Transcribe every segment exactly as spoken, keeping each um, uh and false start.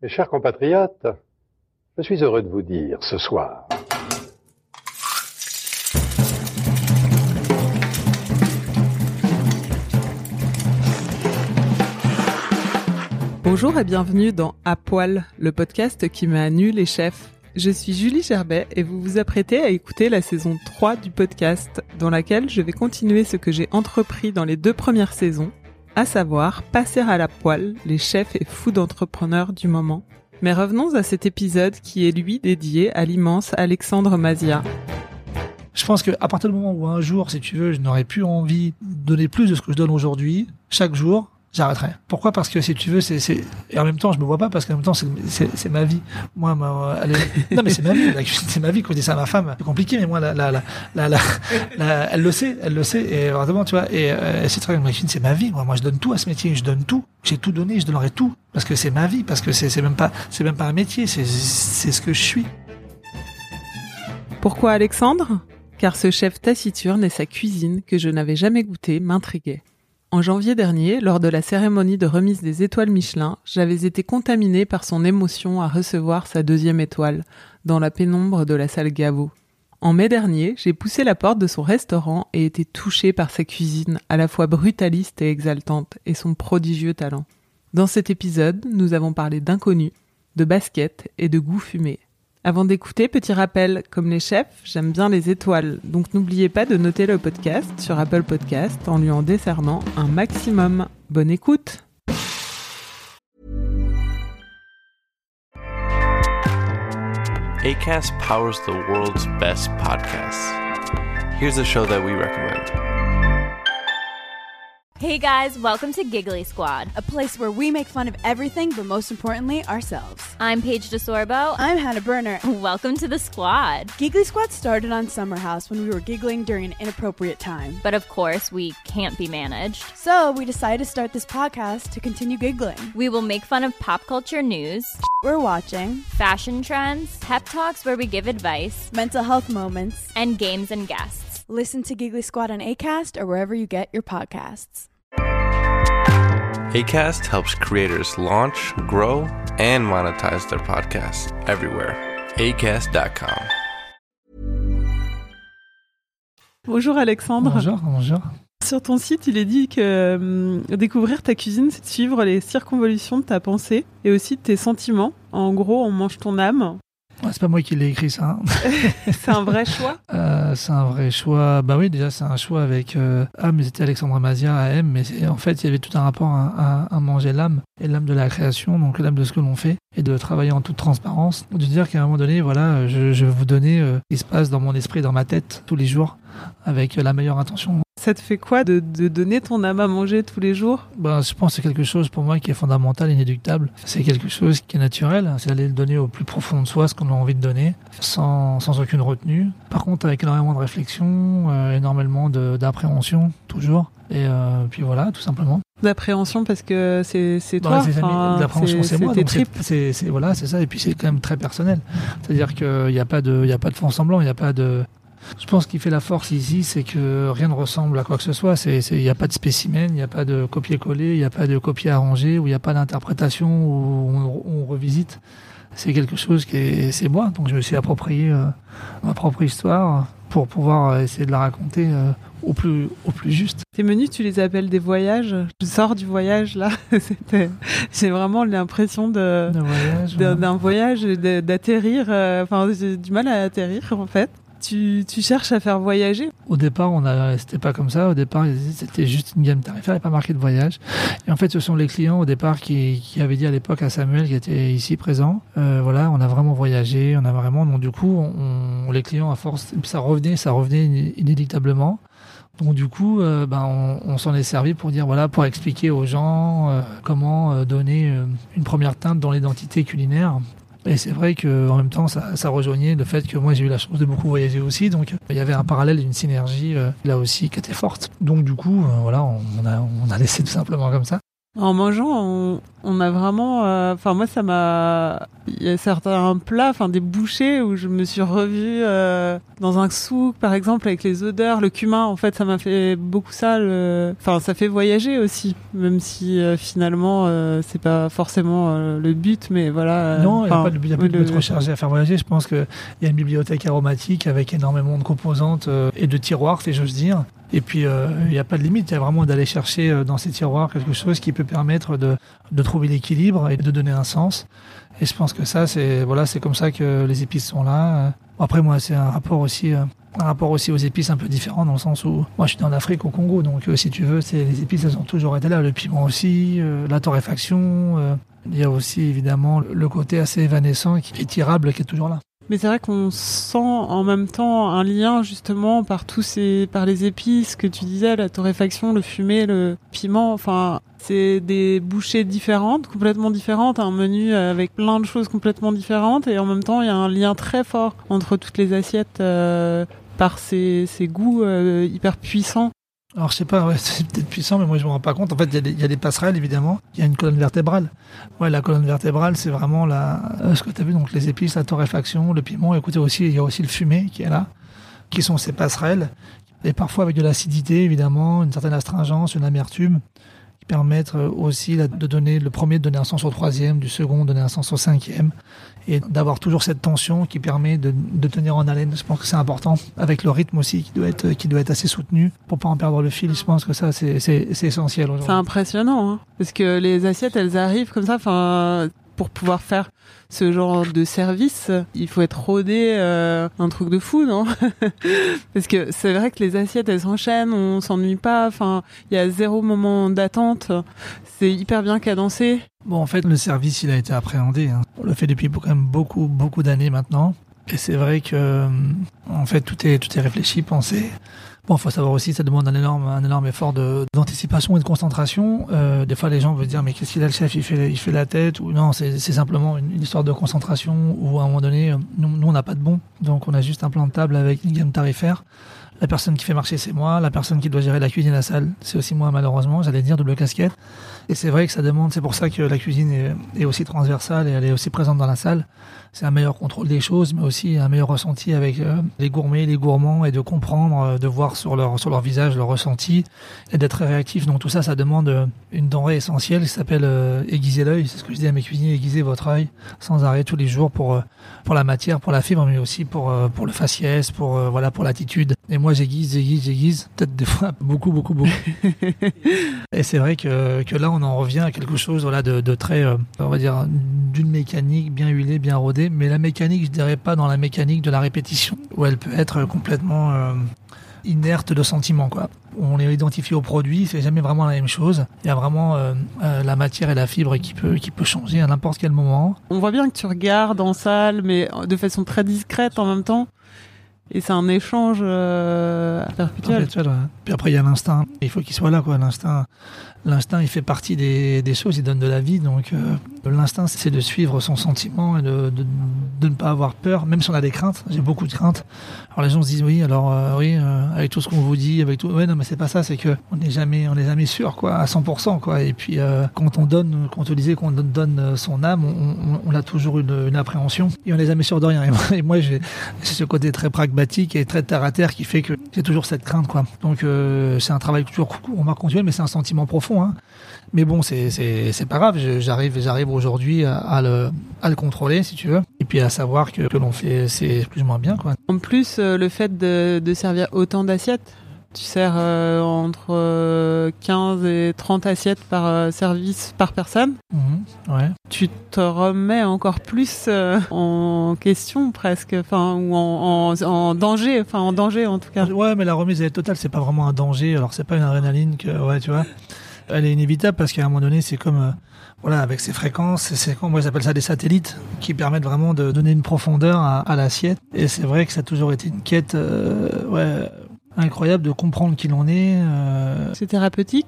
Mes chers compatriotes, je suis heureux de vous dire ce soir Bonjour et bienvenue dans À Poil, le podcast qui met à nu les chefs. Je suis Julie Gerbet et vous vous apprêtez à écouter la saison trois du podcast, dans laquelle je vais continuer ce que j'ai entrepris dans les deux premières saisons, à savoir passer à la poêle les chefs et fous d'entrepreneurs du moment. Mais revenons à cet épisode qui est lui dédié à l'immense Alexandre Masia. Je pense qu'à partir du moment où un jour, si tu veux, je n'aurais plus envie de donner plus de ce que je donne aujourd'hui, chaque jour, j'arrêterai. Pourquoi ? Parce que si tu veux, c'est, c'est, et en même temps, je me vois pas parce qu'en même temps, c'est, c'est, c'est ma vie. Moi, ma, elle est... non, mais c'est ma vie. La cuisine, c'est ma vie. Quand je dis ça à ma femme, c'est compliqué, mais moi, la, la, la, la, la, la, elle le sait, elle le sait, et vraiment, tu vois, et euh, c'est très bien. La cuisine, c'est ma vie. Moi, moi, je donne tout à ce métier. Je donne tout. J'ai tout donné. Je donnerai tout parce que c'est ma vie. Parce que c'est, c'est même pas, c'est même pas un métier. C'est, c'est ce que je suis. Pourquoi Alexandre ? Car ce chef taciturne et sa cuisine que je n'avais jamais goûté m'intriguaient. En janvier dernier, lors de la cérémonie de remise des étoiles Michelin, j'avais été contaminée par son émotion à recevoir sa deuxième étoile, dans la pénombre de la salle Gaveau. En mai dernier, j'ai poussé la porte de son restaurant et été touchée par sa cuisine, à la fois brutaliste et exaltante, et son prodigieux talent. Dans cet épisode, nous avons parlé d'inconnus, de basket et de goût fumé. Avant d'écouter, petit rappel, comme les chefs, j'aime bien les étoiles, donc n'oubliez pas de noter le podcast sur Apple Podcast en lui en décernant un maximum. Bonne écoute! Acast powers the world's best podcasts. Here's a show that we recommend. Hey guys, welcome to Giggly Squad, a place where we make fun of everything, but most importantly, ourselves. I'm Paige DeSorbo. I'm Hannah Berner. Welcome to the squad. Giggly Squad started on Summer House when we were giggling during an inappropriate time. But of course, we can't be managed. So we decided to start this podcast to continue giggling. We will make fun of pop culture news, we're watching, fashion trends, pep talks where we give advice, mental health moments, and games and guests. Listen to Giggly Squad on Acast or wherever you get your podcasts. Acast helps creators launch, grow, and monetize their podcasts everywhere. acast dot com. Bonjour Alexandre. Bonjour, bonjour. Sur ton site, il est dit que euh, découvrir ta cuisine, c'est de suivre les circonvolutions de ta pensée et aussi de tes sentiments. En gros, on mange ton âme. Ouais, c'est pas moi qui l'ai écrit, ça. C'est un vrai choix. euh, c'est un vrai choix. Bah oui, déjà, c'est un choix avec... Euh... Ah, mais c'était Alexandre Masia à M, mais c'est... en fait, il y avait tout un rapport à, à, à manger l'âme, et l'âme de la création, donc l'âme de ce que l'on fait, et de travailler en toute transparence. De dire qu'à un moment donné, voilà, je, je vais vous donner euh, ce qui se passe dans mon esprit, dans ma tête, tous les jours, avec euh, la meilleure intention. Ça te fait quoi de, de donner ton âme à manger tous les jours ? Ben, je pense que c'est quelque chose pour moi qui est fondamental, inéluctable. C'est quelque chose qui est naturel, c'est d'aller le donner au plus profond de soi, ce qu'on a envie de donner, sans, sans aucune retenue. Par contre, avec énormément de réflexion, euh, énormément de, d'appréhension, toujours. Et euh, puis voilà, tout simplement. D'appréhension parce que c'est, c'est toi, bah, c'est enfin, d'appréhension, c'est, c'est moi, tes donc tripes. c'est, c'est, c'est, voilà, c'est ça. Et puis c'est quand même très personnel. C'est-à-dire qu'il n'y a pas de, il y a pas de fond semblant, il n'y a pas de... Je pense qu'il fait la force ici, c'est que rien ne ressemble à quoi que ce soit. C'est, c'est, il n'y a pas de spécimen, il n'y a pas de copier-coller, il n'y a pas de copier-arranger, où il n'y a pas d'interprétation, où on, on revisite. C'est quelque chose qui est, c'est moi. Donc je me suis approprié euh, ma propre histoire pour pouvoir essayer de la raconter euh, au plus, au plus juste. Tes menus, tu les appelles des voyages. Je sors du voyage là. C'était, j'ai vraiment l'impression de, de voyage, d'un, ouais. d'un voyage, de, d'atterrir. Enfin, euh, j'ai du mal à atterrir en fait. Tu, tu cherches à faire voyager ? Au départ, on a, c'était pas comme ça. Au départ, c'était juste une gamme tarifaire, il n'y avait pas marqué de voyage. Et en fait, ce sont les clients au départ qui, qui avaient dit à l'époque à Samuel, qui était ici présent, euh, voilà, on a vraiment voyagé, on a vraiment, donc du coup, on, on, les clients à force, ça revenait, ça revenait inéluctablement. Donc du coup, euh, ben, on, on s'en est servi pour dire, voilà, pour expliquer aux gens euh, comment euh, donner euh, une première teinte dans l'identité culinaire. Et c'est vrai qu'en même temps, ça, ça rejoignait le fait que moi, j'ai eu la chance de beaucoup voyager aussi. Donc, il y avait un parallèle, une synergie euh, là aussi qui était forte. Donc, du coup, euh, voilà, on, on, a, on a laissé tout simplement comme ça. En mangeant, on, On a vraiment, enfin euh, moi ça m'a, il y a certains plats, enfin des bouchées où je me suis revue euh, dans un souk par exemple avec les odeurs, le cumin. En fait, ça m'a fait beaucoup ça. Le... Enfin, ça fait voyager aussi, même si euh, finalement euh, c'est pas forcément euh, le but, mais voilà. Euh, non, il n'y a pas de but, oui, de le... trop chargé à faire voyager. Je pense qu'il y a une bibliothèque aromatique avec énormément de composantes euh, et de tiroirs, si j'ose dire. Et puis, il euh, n'y a pas de limite. Il y a vraiment d'aller chercher euh, dans ces tiroirs quelque chose qui peut permettre de, de trouver l'équilibre et de donner un sens. Et je pense que ça, c'est voilà, c'est comme ça que les épices sont là. Après, moi, c'est un rapport aussi, euh, un rapport aussi aux épices un peu différent dans le sens où moi, je suis en Afrique, au Congo. Donc, euh, si tu veux, c'est, les épices, elles ont toujours été là. Le piment aussi, euh, la torréfaction. Euh, il y a aussi, évidemment, le côté assez évanescent, qui est tirable, qui est toujours là. Mais c'est vrai qu'on sent en même temps un lien justement par tous ces, par les épices que tu disais, la torréfaction, le fumé, le piment. Enfin, c'est des bouchées différentes, complètement différentes, un menu avec plein de choses complètement différentes, et en même temps, il y a un lien très fort entre toutes les assiettes euh, par ces, ces goûts euh, hyper puissants. Alors je sais pas, ouais, c'est peut-être puissant, mais moi je me rends pas compte. En fait, il y, y a des passerelles évidemment. Il y a une colonne vertébrale. Ouais, la colonne vertébrale, c'est vraiment la, euh, ce que tu as vu, donc les épices, la torréfaction, le piment. Écoutez aussi, il y a aussi le fumé qui est là, qui sont ces passerelles, et parfois avec de l'acidité évidemment, une certaine astringence, une amertume, qui permettent aussi là, de donner le premier, de donner un sens au troisième, du second, de donner un sens au cinquième, et d'avoir toujours cette tension qui permet de, de tenir en haleine. Je pense que c'est important, avec le rythme aussi qui doit être, qui doit être assez soutenu pour pas en perdre le fil. Je pense que ça, c'est, c'est, c'est essentiel aujourd'hui. C'est impressionnant, hein, parce que les assiettes, elles arrivent comme ça, enfin, pour pouvoir faire ce genre de service, il faut être rodé, euh, un truc de fou, non? Parce que c'est vrai que les assiettes, elles s'enchaînent, on s'ennuie pas, enfin, il y a zéro moment d'attente, c'est hyper bien cadencé. Bon, en fait, le service, il a été appréhendé, hein. On le fait depuis quand même beaucoup, beaucoup d'années maintenant. Et c'est vrai que, en fait, tout est, tout est réfléchi, pensé. Bon, faut savoir aussi, ça demande un énorme, un énorme effort de, d'anticipation et de concentration. Euh, des fois, les gens veulent dire, mais qu'est-ce qu'il a le chef? Il fait, il fait la tête, ou non, c'est, c'est simplement une, une histoire de concentration, où à un moment donné, nous, nous, on n'a pas de bon. Donc, on a juste un plan de table avec une gamme tarifaire. La personne qui fait marcher, c'est moi. La personne qui doit gérer la cuisine et la salle, c'est aussi moi, malheureusement. J'allais dire double casquette. Et c'est vrai que ça demande, c'est pour ça que la cuisine est, est aussi transversale et elle est aussi présente dans la salle. C'est un meilleur contrôle des choses, mais aussi un meilleur ressenti avec euh, les gourmets, les gourmands, et de comprendre, euh, de voir sur leur, sur leur visage leur ressenti, et d'être très réactif. Donc tout ça, ça demande euh, une denrée essentielle qui s'appelle euh, aiguiser l'œil. C'est ce que je dis à mes cuisiniers, aiguiser votre œil sans arrêt tous les jours pour, euh, pour la matière, pour la fibre, mais aussi pour, euh, pour le faciès, pour, euh, voilà, pour l'attitude. Et moi, j'aiguise, j'aiguise, j'aiguise, peut-être des fois beaucoup, beaucoup, beaucoup. Et c'est vrai que, que là, on en revient à quelque chose, voilà, de, de très, euh, on va dire, d'une mécanique bien huilée, bien rodée. Mais la mécanique, je dirais pas dans la mécanique de la répétition, où elle peut être complètement euh, inerte de sentiments, quoi. On est identifié au produit, c'est jamais vraiment la même chose. Il y a vraiment euh, euh, la matière et la fibre qui peut, qui peut changer à n'importe quel moment. On voit bien que tu regardes en salle, mais de façon très discrète en même temps. Et c'est un échange euh, perpétuel. perpétuel ouais. Puis après, il y a l'instinct. Il faut qu'il soit là, quoi. L'instinct, l'instinct, il fait partie des, des choses, il donne de la vie. Donc, euh, l'instinct, c'est de suivre son sentiment et de, de, de ne pas avoir peur, même si on a des craintes. J'ai beaucoup de craintes. Alors, les gens se disent, oui, alors, euh, oui, euh, avec tout ce qu'on vous dit, avec tout. Ouais, non, mais c'est pas ça, c'est que on n'est jamais, on n'est jamais sûr, quoi, à cent pour cent, quoi. Et puis, euh, quand on donne, quand on te disait qu'on donne son âme, on, on, on a toujours une, une appréhension. Et on n'est jamais sûr de rien. Et moi, et moi j'ai, c'est ce côté très pragmatique et très terre à terre qui fait que j'ai toujours cette crainte, quoi. Donc euh, c'est un travail toujours on marque continuel, mais c'est un sentiment profond, hein. Mais bon, c'est c'est c'est pas grave. Je, j'arrive j'arrive aujourd'hui à, à le à le contrôler, si tu veux, et puis à savoir que que l'on fait c'est plus ou moins bien, quoi. En plus, euh, le fait de de servir autant d'assiettes. Tu sers euh, entre euh, quinze et trente assiettes par euh, service par personne. Mmh, ouais. Tu te remets encore plus euh, en question presque, enfin ou en, en, en danger, enfin en danger en tout cas. Ouais, mais la remise elle est totale, c'est pas vraiment un danger. Alors c'est pas une adrénaline que, ouais, tu vois, elle est inévitable parce qu'à un moment donné c'est comme euh, voilà, avec ces fréquences, c'est comme moi j'appelle ça des satellites qui permettent vraiment de donner une profondeur à, à l'assiette. Et c'est vrai que ça a toujours été une quête, euh, ouais. incroyable de comprendre qui l'on est. Euh... C'est thérapeutique.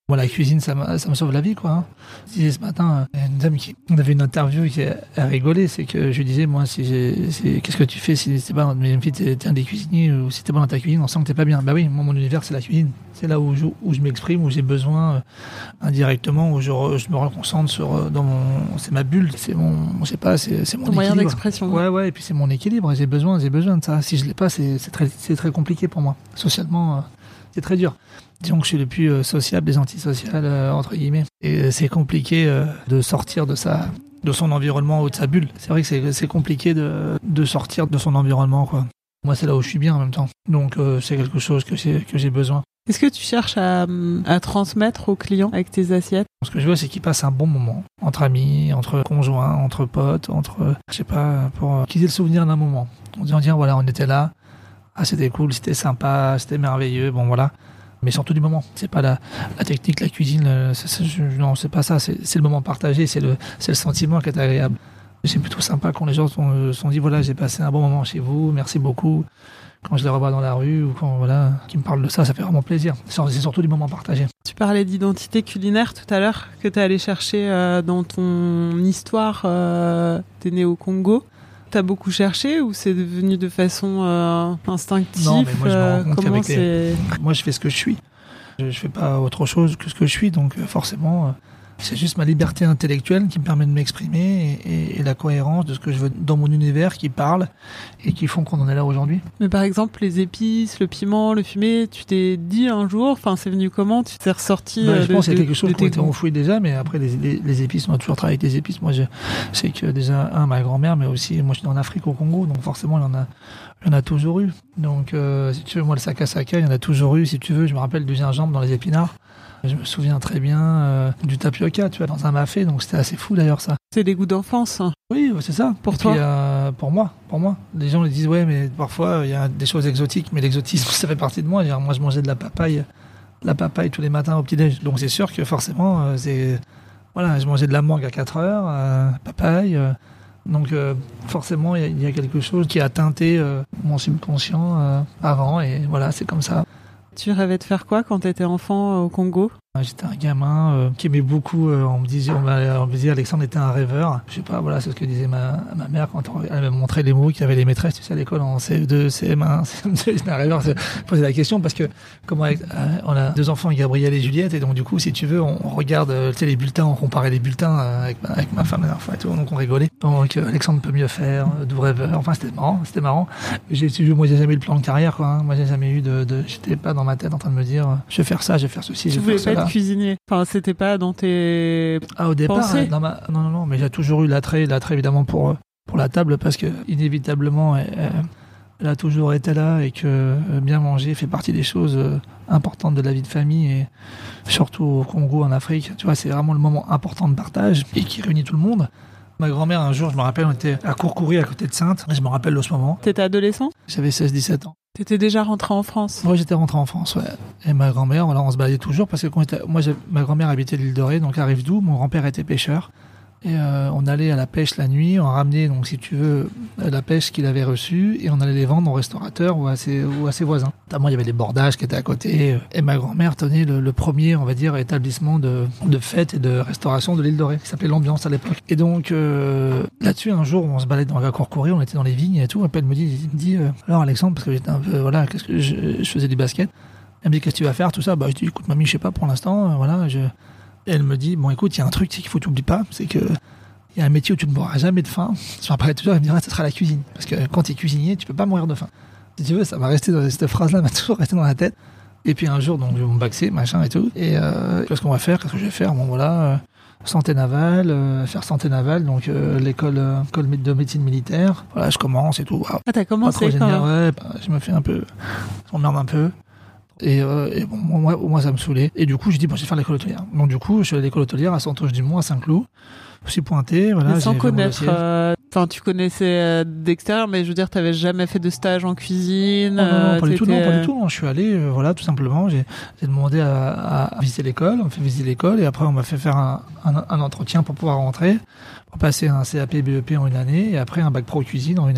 Moi, la cuisine, ça, m'a, ça me sauve la vie, quoi. Hein. Je disais ce matin, il y a une dame qui, on avait une interview qui a, a rigolé, c'est que je lui disais, moi, si j'ai, si, qu'est-ce que tu fais si t'es pas, mais si t'es, t'es un des cuisiniers ou si t'es pas dans ta cuisine, on sent que t'es pas bien. Bah oui, moi, mon univers, c'est la cuisine. C'est là où je, où je m'exprime, où j'ai besoin, euh, indirectement, où je, re, je me reconcentre sur, euh, dans mon, c'est ma bulle, c'est mon, je sais pas, c'est, c'est mon Ton équilibre. moyen d'expression. Ouais, ouais, et puis c'est mon équilibre, j'ai besoin, j'ai besoin de ça. Si je l'ai pas, c'est, c'est très, c'est très compliqué pour moi. Socialement, euh, c'est très dur. Disons que je suis le plus euh, sociable des antisociales, euh, entre guillemets. Et euh, c'est compliqué euh, de sortir de sa, de son environnement ou de sa bulle. C'est vrai que c'est, c'est compliqué de, de sortir de son environnement, quoi. Moi, c'est là où je suis bien en même temps. Donc, euh, c'est quelque chose que j'ai, que j'ai besoin. Est-ce que tu cherches à, à transmettre aux clients avec tes assiettes ? Ce que je veux, c'est qu'ils passent un bon moment. Entre amis, entre conjoints, entre potes, entre, je sais pas, pour euh, qu'ils aient le souvenir d'un moment. On dit, on dit, voilà, on était là. Ah, c'était cool, c'était sympa, c'était merveilleux. Bon, voilà. Mais surtout du moment. C'est pas la, la technique, la cuisine, le, c'est, c'est, je, non, c'est pas ça. C'est, c'est le moment partagé, c'est le, c'est le sentiment qui est agréable. C'est plutôt sympa quand les gens se sont, sont dit, voilà, j'ai passé un bon moment chez vous, merci beaucoup. Quand je les revois dans la rue ou quand, voilà, qu'ils me parlent de ça, ça fait vraiment plaisir. C'est, c'est surtout du moment partagé. Tu parlais d'identité culinaire tout à l'heure, que tu es allé chercher euh, dans ton histoire. Euh, t'es né au Congo. T'as beaucoup cherché ou c'est devenu de façon euh, instinctive ? Non, mais moi, je me rends compte comment qu'avec c'est... les... Moi, je fais ce que je suis. Je, je fais pas autre chose que ce que je suis, donc euh, forcément, euh, c'est juste ma liberté intellectuelle qui me permet de m'exprimer et, et, et la cohérence de ce que je veux dans mon univers qui parle et qui font qu'on en est là aujourd'hui. Mais par exemple, les épices, le piment, le fumé, tu t'es dit un jour, enfin, c'est venu comment ? Tu t'es ressorti bah, euh, Je de, pense qu'il y a de, quelque chose qui a été enfoui déjà, mais après, les, les, les épices, on a toujours travaillé avec des épices. Moi, je sais que déjà, un, ma grand-mère, mais aussi, moi, je suis en Afrique, au Congo, donc forcément, il y en a, il y en a toujours eu. Donc, euh, si tu veux, moi, le saka-saka, il y en a toujours eu. Si tu veux, je me rappelle du gingembre dans les épinards. Je me souviens très bien euh, du tapioca, tu vois, dans un mafé, donc c'était assez fou d'ailleurs ça. C'est des goûts d'enfance. Hein. Oui, c'est ça. Pour et toi puis, euh, Pour moi, pour moi. Les gens ils disent, ouais, mais parfois il y a des choses exotiques, mais l'exotisme, ça fait partie de moi. Moi, je mangeais de la papaye, la papaye tous les matins au petit-déj, donc c'est sûr que forcément, euh, c'est... Voilà, je mangeais de la mangue à quatre heures, euh, papaye... Euh... Donc euh, forcément, il y, y a quelque chose qui a teinté euh, mon subconscient euh, avant, et voilà, c'est comme ça. Tu rêvais de faire quoi quand tu étais enfant au Congo ? J'étais un gamin euh, qui aimait beaucoup, euh, on me disait, on, on me disait Alexandre était un rêveur. Je sais pas, voilà, c'est ce que disait ma, ma mère quand on, elle me montrait les mots qu'il y avait les maîtresses, tu sais, à l'école en C E deux, C M un, C M deux, j'étais un rêveur. C'est poser la question parce que, comme avec, euh, on a deux enfants, Gabriel et Juliette, et donc du coup, si tu veux, on, on regarde, euh, tu sais, les bulletins, on comparait les bulletins euh, avec, ma, avec ma femme la dernière fois et tout, donc on rigolait. Donc euh, Alexandre peut mieux faire, euh, d'où rêveur, enfin c'était marrant, c'était marrant. J'ai, moi, j'ai jamais eu le plan de carrière, quoi. Hein. Moi, j'ai jamais eu de, de, j'étais pas dans ma tête en train de me dire, euh, je vais faire ça, je vais faire ceci, je vais faire cela. Tu voulais pas être cuisinier ? Enfin, c'était pas dans tes ah au départ pensées. Dans ma... non non non mais j'ai toujours eu l'attrait l'attrait évidemment pour pour la table parce que inévitablement elle, elle a toujours été là et que bien manger fait partie des choses importantes de la vie de famille et surtout au Congo, en Afrique, tu vois, c'est vraiment le moment important de partage et qui réunit tout le monde. Ma grand-mère, un jour, je me rappelle, on était à Courcoury à côté de Saintes, je me rappelle de ce moment. T'étais adolescent ? J'avais seize dix-sept ans. T'étais déjà rentré en France ? Moi, j'étais rentré en France, ouais. Et ma grand-mère, voilà, on se baladait toujours parce que quand était... moi, ma grand-mère habitait l'île de Ré, donc à Rivedoux. Mon grand-père était pêcheur. Et euh, on allait à la pêche la nuit, on ramenait, donc si tu veux, la pêche qu'il avait reçue et on allait les vendre aux restaurateurs ou à ses, ou à ses voisins. Notamment, il y avait les bordages qui étaient à côté. Et ma grand-mère tenait le, le premier, on va dire, établissement de, de fête et de restauration de l'île de Ré, qui s'appelait l'Ambiance à l'époque. Et donc, euh, là-dessus, un jour, on se baladait dans la Courcoury, on était dans les vignes et tout. Et puis elle me dit, elle me dit euh, alors Alexandre, parce que j'étais un peu, voilà, qu'est-ce que je, je faisais du basket. Elle me dit, qu'est-ce que tu vas faire, tout ça. Bah, je dis, écoute, mamie, je sais pas pour l'instant, euh, voilà. Je... Et elle me dit, bon, écoute, il y a un truc qu'il faut que tu n'oublies pas, c'est que il y a un métier où tu ne mourras jamais de faim. Je me rappelle toujours, elle me dira, ça sera la cuisine. Parce que quand tu es cuisinier, tu peux pas mourir de faim. Si tu veux, ça m'a resté dans cette phrase-là, m'a toujours resté dans la tête. Et puis un jour, donc, je vais me baxer, machin et tout. Et euh, qu'est-ce qu'on va faire? Qu'est-ce que je vais faire? Bon, voilà, euh, santé navale, euh, faire santé navale, donc euh, l'école euh, école de médecine militaire. Voilà, je commence et tout. Ah, t'as commencé quand même. Ouais, bah, je me fais un peu, je m'emmerde un peu. Et, euh, et bon, moi, moi, ça me saoulait. Et du coup, j'ai dit, bon, je vais faire l'école hôtelière. Donc, du coup, je suis allé à l'école hôtelière à Saint-Auge-du-Mont, à Saint-Cloud. Je suis pointé, voilà. Mais sans j'ai connaître, enfin, euh, tu connaissais euh, d'extérieur, mais je veux dire, t'avais jamais fait de stage en cuisine. Non, non, non, euh, pas du tout, non, t'étais... pas du tout. Non, je suis allé, euh, voilà, tout simplement. J'ai, j'ai demandé à, à visiter l'école. On m'a fait visiter l'école et après, on m'a fait faire un, un, un entretien pour pouvoir rentrer, pour passer un C A P B E P en une année et après un bac pro cuisine en une année.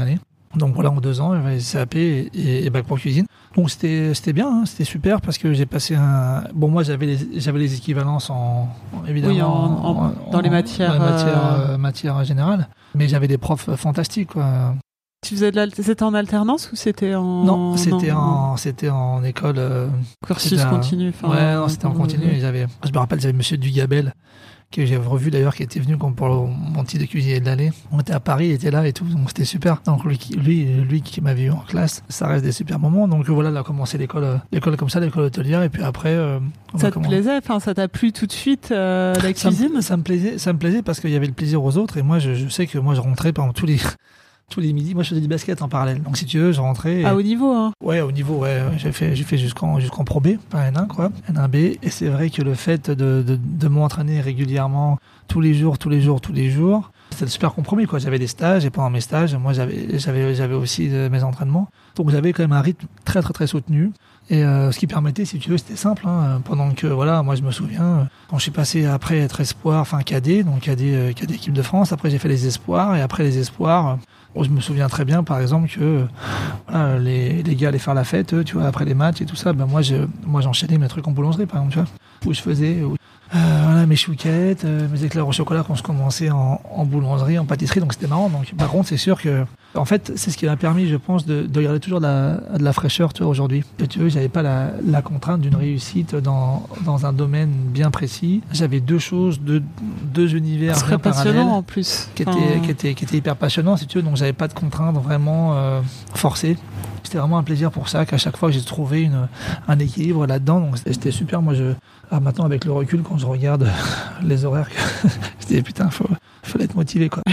Donc voilà, en deux ans, j'avais C A P et, et bac pro cuisine. Donc c'était c'était bien, hein, c'était super parce que j'ai passé un. Bon, moi j'avais les j'avais les équivalences en, en évidemment oui, en, en, en, dans les matières, dans les matières, euh... euh, matières générales. Mais j'avais des profs fantastiques, quoi. Tu faisais de la... C'était en alternance ou c'était en... Non, c'était non, en, non. c'était en école... Euh, cursus un... continu. Ouais, non, c'était en continu. Et j'avais... Je me rappelle, j'avais monsieur Dugabel, que j'ai revu d'ailleurs, qui était venu comme pour mon titre de cuisinier de l'année. On était à Paris, il était là et tout, donc c'était super. Donc lui, lui, lui qui m'avait eu en classe, ça reste des super moments. Donc voilà, là, a commencé l'école, l'école comme ça, l'école hôtelière, et puis après... Euh, ça te commencé... plaisait, enfin, ça t'a plu tout de suite, euh, la cuisine? ça me, ça me plaisait, ça me plaisait parce qu'il y avait le plaisir aux autres, et moi, je, je sais que moi, je rentrais pendant tous les... Tous les midis, moi je faisais du basket en parallèle. Donc si tu veux, je rentrais. Et... À haut niveau, hein. Ouais, au niveau, ouais. J'ai fait, j'ai fait jusqu'en, jusqu'en Pro B, pas N un, quoi. N un B. Et c'est vrai que le fait de, de, de m'entraîner régulièrement, tous les jours, tous les jours, tous les jours, c'était un super compromis, quoi. J'avais des stages, et pendant mes stages, moi j'avais, j'avais, j'avais aussi mes entraînements. Donc j'avais quand même un rythme très, très, très soutenu. Et euh, ce qui permettait, si tu veux, c'était simple, hein, pendant que, voilà, moi je me souviens, quand je suis passé après être espoir, enfin cadet, donc cadet, euh, cadet équipe de France, après j'ai fait les espoirs, et après les espoirs, euh, je me souviens très bien, par exemple, que euh, voilà, les, les gars allaient faire la fête, eux, tu vois, après les matchs et tout ça, ben moi, je, moi j'enchaînais mes trucs en boulangerie, par exemple, tu vois, où je faisais... Où, Euh, voilà, mes chouquettes, euh, mes éclairs au chocolat quand je commençais en, en boulangerie, en pâtisserie, donc c'était marrant. Donc, par contre, c'est sûr que, en fait, c'est ce qui m'a permis, je pense, de, de garder toujours de la, de la fraîcheur, tu vois, aujourd'hui. Tu vois, j'avais pas la, la contrainte d'une réussite dans, dans un domaine bien précis. J'avais deux choses, deux, deux univers bien parallèles. Passionnant en plus. Qui enfin... étaient, qui étaient, qui étaient hyper passionnants, si tu veux, donc j'avais pas de contraintes vraiment euh, forcées. C'était vraiment un plaisir pour ça, qu'à chaque fois j'ai trouvé une, un équilibre là-dedans, donc c'était, c'était super. Moi, je, ah, maintenant, avec le recul, quand je regarde les horaires, je dis putain, faut, fallait être motivé, quoi.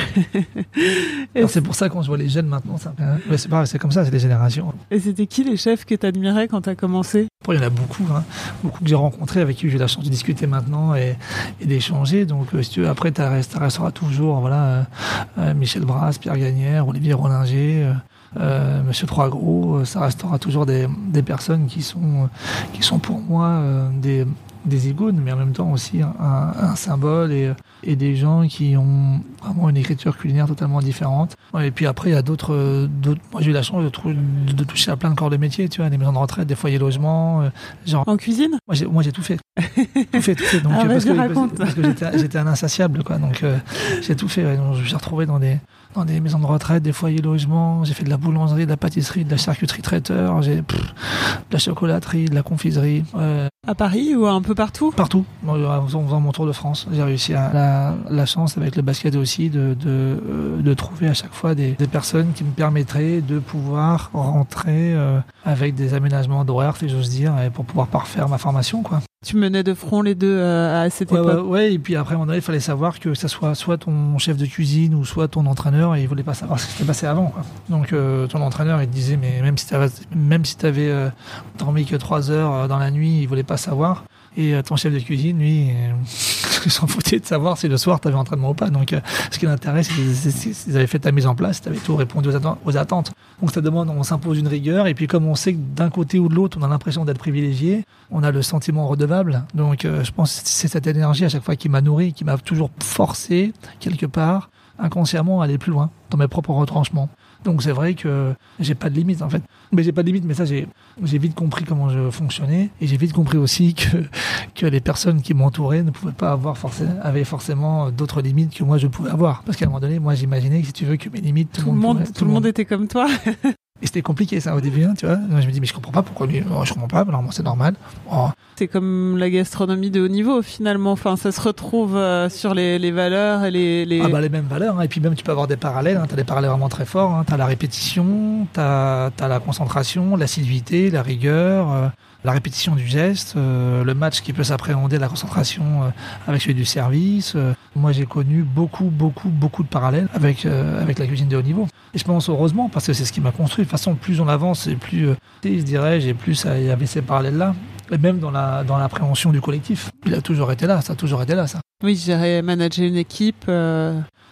Alors, c'est pour ça quand je vois les jeunes maintenant, ça, mais c'est pas, c'est comme ça, c'est les générations. Et c'était qui les chefs que t'admirais quand t'as commencé? Après, il y en a beaucoup, hein, beaucoup que j'ai rencontrés, avec qui j'ai la chance de discuter maintenant et, et d'échanger. Donc, euh, si tu veux, après, tu resteras toujours, voilà, euh, euh, Michel Brasse, Pierre Gagnère, Olivier Rollinger. Euh, Euh, Monsieur Trois Gros, ça restera toujours des, des personnes qui sont, qui sont pour moi euh, des, des icônes, mais en même temps aussi un, un symbole et, et des gens qui ont vraiment une écriture culinaire totalement différente. Et puis après, il y a d'autres, d'autres... Moi, j'ai eu la chance de, trou... de toucher à plein de corps de métier, tu vois, des maisons de retraite, des foyers logements. Euh, genre... En cuisine? Moi, j'ai, moi, j'ai tout fait. tout fait, tout fait. Donc, ah, parce, que, parce, parce que j'étais, j'étais un insatiable, quoi. Donc, euh, j'ai tout fait. Ouais. Donc, je me suis retrouvé dans des... dans des maisons de retraite, des foyers logements, j'ai fait de la boulangerie, de la pâtisserie, de la charcuterie traiteur, j'ai pff, de la chocolaterie, de la confiserie. Euh, à Paris ou un peu partout? Partout. En faisant mon tour de France, j'ai réussi à la, la chance avec le basket aussi de, de, de trouver à chaque fois des, des personnes qui me permettraient de pouvoir rentrer euh, avec des aménagements d'horaire, si j'ose dire, et pour pouvoir parfaire ma formation, quoi. Tu menais de front les deux euh, à cette ouais, époque. Ouais, ouais, et puis après, à un moment donné, il fallait savoir que ça soit soit ton chef de cuisine ou soit ton entraîneur, et il voulait pas savoir ce qui s'était passé avant, quoi. Donc, euh, ton entraîneur, il te disait, mais même si t'avais, même si t'avais euh, dormi que trois heures dans la nuit, il voulait pas savoir. Et euh, ton chef de cuisine, lui, euh, il s'en foutait de savoir si le soir t'avais entraînement ou pas. Donc, euh, ce qui l'intéresse, c'est qu'ils avaient fait ta mise en place, t'avais tout répondu aux, atten- aux attentes. Donc, ça demande, on s'impose une rigueur. Et puis, comme on sait que d'un côté ou de l'autre, on a l'impression d'être privilégié, on a le sentiment redevable. Donc, euh, je pense que c'est cette énergie à chaque fois qui m'a nourri, qui m'a toujours forcé, quelque part, inconsciemment, à aller plus loin dans mes propres retranchements. Donc c'est vrai que j'ai pas de limite en fait. Mais j'ai pas de limite, mais ça j'ai j'ai vite compris comment je fonctionnais et j'ai vite compris aussi que que les personnes qui m'entouraient ne pouvaient pas avoir forcément avaient forcément d'autres limites que moi je pouvais avoir. Parce qu'à un moment donné, moi j'imaginais que si tu veux que mes limites tout, tout le monde pouvait, tout, tout le monde était comme toi. Et c'était compliqué ça au début, hein, tu vois. Je me dis mais je comprends pas pourquoi lui, oh, je comprends pas, normalement c'est normal. Oh. C'est comme la gastronomie de haut niveau finalement. Enfin, ça se retrouve euh, sur les, les valeurs et les, les... Ah bah les mêmes valeurs. Hein. Et puis même tu peux avoir des parallèles. Hein. T'as des parallèles vraiment très forts. Hein. T'as la répétition, t'as t'as la concentration, l'assiduité, la rigueur. Euh... La répétition du geste, euh, le match qui peut s'appréhender, la concentration euh, avec celui du service. Euh, moi, j'ai connu beaucoup, beaucoup, beaucoup de parallèles avec euh, avec la cuisine de haut niveau. Et je pense heureusement, parce que c'est ce qui m'a construit. De toute façon, plus on avance, et plus, euh, je dirais, et plus il y avait ces parallèles-là. Et même dans la dans l'appréhension du collectif. Il a toujours été là, ça a toujours été là, ça. Oui, gérer, manager une équipe... Euh...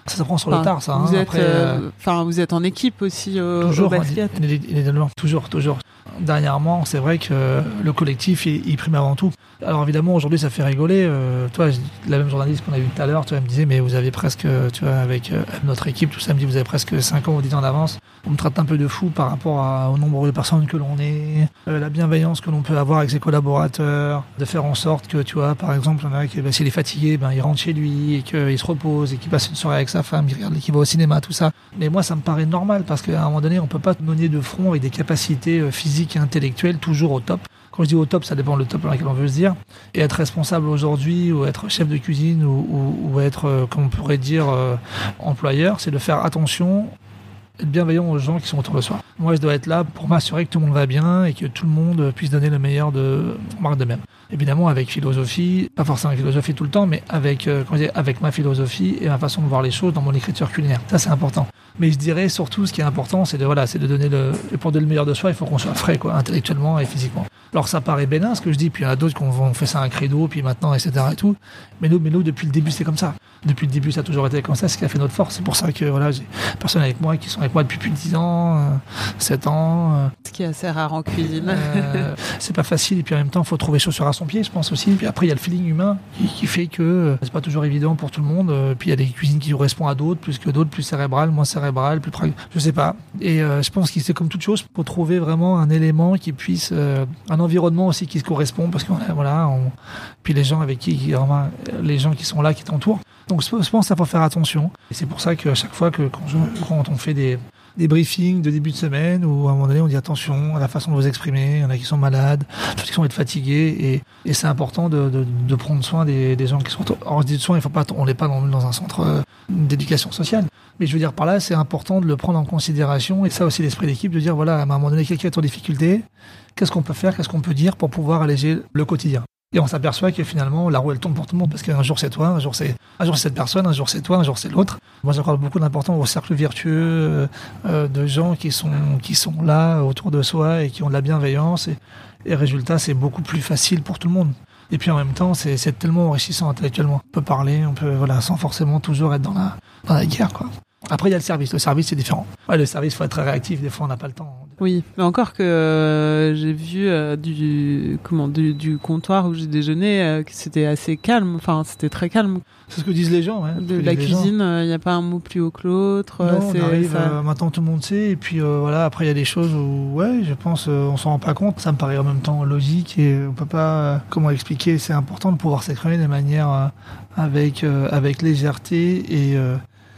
Ça s'apprend sur Enfin, le tard, ça. Vous hein. êtes, Après, euh, enfin, vous êtes en équipe aussi au, toujours, au basket. il- il- il- il- toujours, toujours. Dernièrement, c'est vrai que le collectif, il, il prime avant tout. Alors évidemment, aujourd'hui, ça fait rigoler. Euh, toi, la même journaliste qu'on a vue tout à l'heure, tu vois, elle me disait, mais vous avez presque, tu vois, avec euh, notre équipe, tout ça, elle me dit, vous avez presque cinq ans ou dix ans d'avance. On me traite un peu de fou par rapport à- au nombre de personnes que l'on est, euh, la bienveillance que l'on peut avoir avec ses collaborateurs, de faire en sorte que, tu vois, par exemple, il y en a qui, bah, s'il est fatigué, ben, il rentre chez lui et qu'il se repose et qu'il passe une soirée avec sa femme, qu'il regarde, qu'il va au cinéma, tout ça. Mais moi, ça me paraît normal parce qu'à un moment donné, on peut pas mener de front avec des capacités euh, physiques et intellectuelles toujours au top. Quand je dis au top, ça dépend le top dans lequel on veut se dire. Et être responsable aujourd'hui, ou être chef de cuisine, ou, ou, ou être, euh, comme on pourrait dire, euh, employeur, c'est de faire attention, être bienveillant aux gens qui sont autour de soi. Moi, je dois être là pour m'assurer que tout le monde va bien et que tout le monde puisse donner le meilleur de marque de même. Évidemment, avec philosophie, pas forcément avec philosophie tout le temps, mais avec, euh, comment dire, avec ma philosophie et ma façon de voir les choses dans mon écriture culinaire. Ça, c'est important. Mais je dirais surtout, ce qui est important, c'est de, voilà, c'est de donner le, et pour donner le meilleur de soi, il faut qu'on soit frais, quoi, intellectuellement et physiquement. Alors, ça paraît bénin, ce que je dis, puis il y en a d'autres qui ont fait ça un credo, puis maintenant, et cetera et tout. Mais nous, mais nous, depuis le début, c'est comme ça. Depuis le début, ça a toujours été comme ça, c'est ce qui a fait notre force. C'est pour ça que, voilà, j'ai des personnes avec moi qui sont avec moi depuis plus de dix ans, euh, sept ans. Euh, Ce qui est assez rare en cuisine. euh, c'est pas facile, et puis en même temps, il faut trouver chaussure à son pied, je pense aussi. Puis après, il y a le feeling humain qui, qui fait que euh, c'est pas toujours évident pour tout le monde. Euh, puis il y a des cuisines qui correspondent à d'autres, plus que d'autres, plus cérébrales, moins cérébrales, plus prag... je sais pas. Et euh, je pense que c'est comme toute chose, pour trouver vraiment un élément qui puisse, euh, un environnement aussi qui se correspond, parce que voilà, on... puis les gens avec qui, qui vraiment, les gens qui sont là, qui t'entourent. Donc je pense que ça faut faire attention. Et c'est pour ça qu'à chaque fois que quand, je, quand on fait des des briefings de début de semaine où à un moment donné on dit attention à la façon de vous exprimer, il y en a qui sont malades, d'autres qui sont fatigués, et, et c'est important de, de, de prendre soin des, des gens qui sont... Alors je dis de soin, il faut pas, on n'est pas dans, dans un centre d'éducation sociale, mais je veux dire par là, c'est important de le prendre en considération, et ça aussi l'esprit d'équipe, de dire voilà, à un moment donné quelqu'un est en difficulté, qu'est-ce qu'on peut faire, qu'est-ce qu'on peut dire pour pouvoir alléger le quotidien. Et on s'aperçoit que finalement, la roue, elle tourne pour tout le monde, parce qu'un jour c'est toi, un jour c'est, un jour c'est cette personne, un jour c'est toi, un jour c'est l'autre. Moi, j'accorde beaucoup d'importance au cercle vertueux euh, de gens qui sont, qui sont là autour de soi et qui ont de la bienveillance. Et, et résultat, c'est beaucoup plus facile pour tout le monde. Et puis en même temps, c'est, c'est tellement enrichissant intellectuellement. On peut parler, on peut, voilà, sans forcément toujours être dans la, dans la guerre, quoi. Après, il y a le service. Le service, c'est différent. Ouais, le service, il faut être très réactif. Des fois, on n'a pas le temps. Oui, mais encore que euh, j'ai vu euh, du, comment, du, du comptoir où j'ai déjeuné, euh, que c'était assez calme. Enfin, c'était très calme. C'est ce que disent les gens. Ouais. De la cuisine, il euh, n'y a pas un mot plus haut que l'autre. Non, c'est, on arrive, ça... euh, maintenant tout le monde sait. Et puis euh, voilà, après, il y a des choses où, ouais, je pense, euh, on s'en rend pas compte. Ça me paraît en même temps logique et on peut pas, euh, comment expliquer. C'est important de pouvoir s'exprimer de manière euh, avec, euh, avec légèreté et... Euh,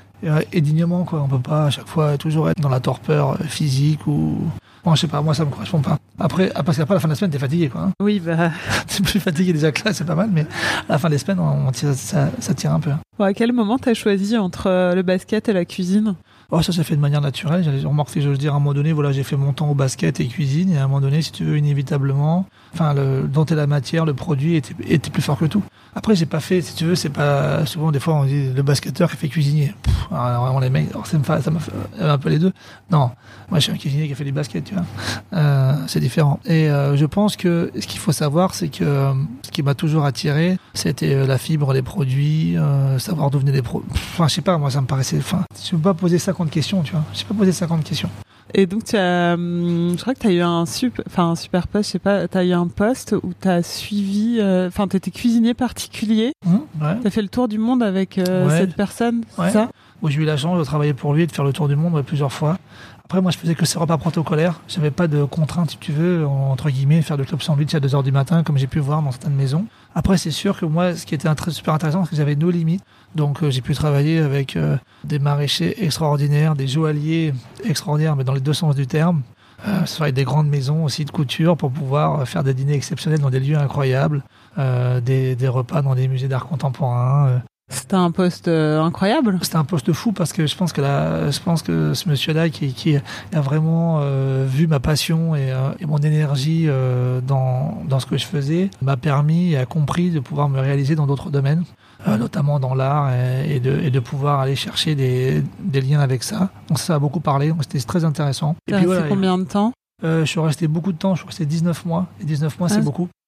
et dignement, quoi. On peut pas à chaque fois toujours être dans la torpeur physique ou... Bon, je sais pas, moi ça me correspond pas. Après, parce qu'après à la fin de la semaine, t'es fatigué, quoi. Hein. Oui, bah... T'es plus fatigué déjà que là, c'est pas mal, mais à la fin des semaines, on tire, ça, ça tire un peu. Bon, à quel moment t'as choisi entre le basket et la cuisine ? Oh, ça s'est fait de manière naturelle. J'ai remarqué, je veux dire, à un moment donné, voilà, j'ai fait mon temps au basket et cuisine, et à un moment donné, si tu veux, inévitablement, enfin, le, dont est la matière, le produit était, était plus fort que tout. Après, j'ai pas fait, si tu veux, c'est pas, souvent, des fois, on dit le basketteur qui fait cuisinier. Pff, alors, vraiment, les mecs, alors, ça me fait, ça m'a fait un peu les deux. Non. Moi, je suis un cuisinier qui a fait du basket, tu vois. Euh, c'est différent. Et, euh, je pense que ce qu'il faut savoir, c'est que, euh, ce qui m'a toujours attiré, c'était euh, la fibre, les produits, euh, savoir d'où venaient les produits. Enfin, je sais pas, moi, ça me paraissait, enfin, je peux pas poser cinquante questions, tu vois. Je sais pas poser cinquante questions. Et donc, tu as, je crois que tu as eu un super, enfin, un super poste, je sais pas, tu as eu un poste où tu as suivi, enfin, euh, tu étais cuisinier particulier. Mmh, ouais. Tu as fait le tour du monde avec euh, ouais. cette personne, c'est ouais. ça ? Où j'ai eu la chance de travailler pour lui et de faire le tour du monde ouais, plusieurs fois. Après, moi, je faisais que ces repas protocolaires. J'avais pas de contraintes, si tu veux, entre guillemets, faire de club sandwich à deux heures du matin, comme j'ai pu voir dans certaines maisons. Après, c'est sûr que moi, ce qui était très, super intéressant, c'est que j'avais nos limites. Donc, euh, j'ai pu travailler avec euh, des maraîchers extraordinaires, des joailliers extraordinaires, mais dans les deux sens du terme. Euh, ce soit avec des grandes maisons aussi de couture pour pouvoir faire des dîners exceptionnels dans des lieux incroyables, euh, des, des repas dans des musées d'art contemporain. Euh. C'était un poste euh, incroyable. C'était un poste fou parce que je pense que la, je pense que ce monsieur-là qui, qui a vraiment euh, vu ma passion et, euh, et mon énergie euh, dans, dans ce que je faisais m'a permis et a compris de pouvoir me réaliser dans d'autres domaines, euh, notamment dans l'art et, et, de, et de pouvoir aller chercher des, des liens avec ça. Donc ça a beaucoup parlé, donc c'était très intéressant. T'as resté voilà, combien de temps ? euh, Je suis resté beaucoup de temps, je suis resté dix-neuf mois. Et dix-neuf mois, ah, c'est beaucoup.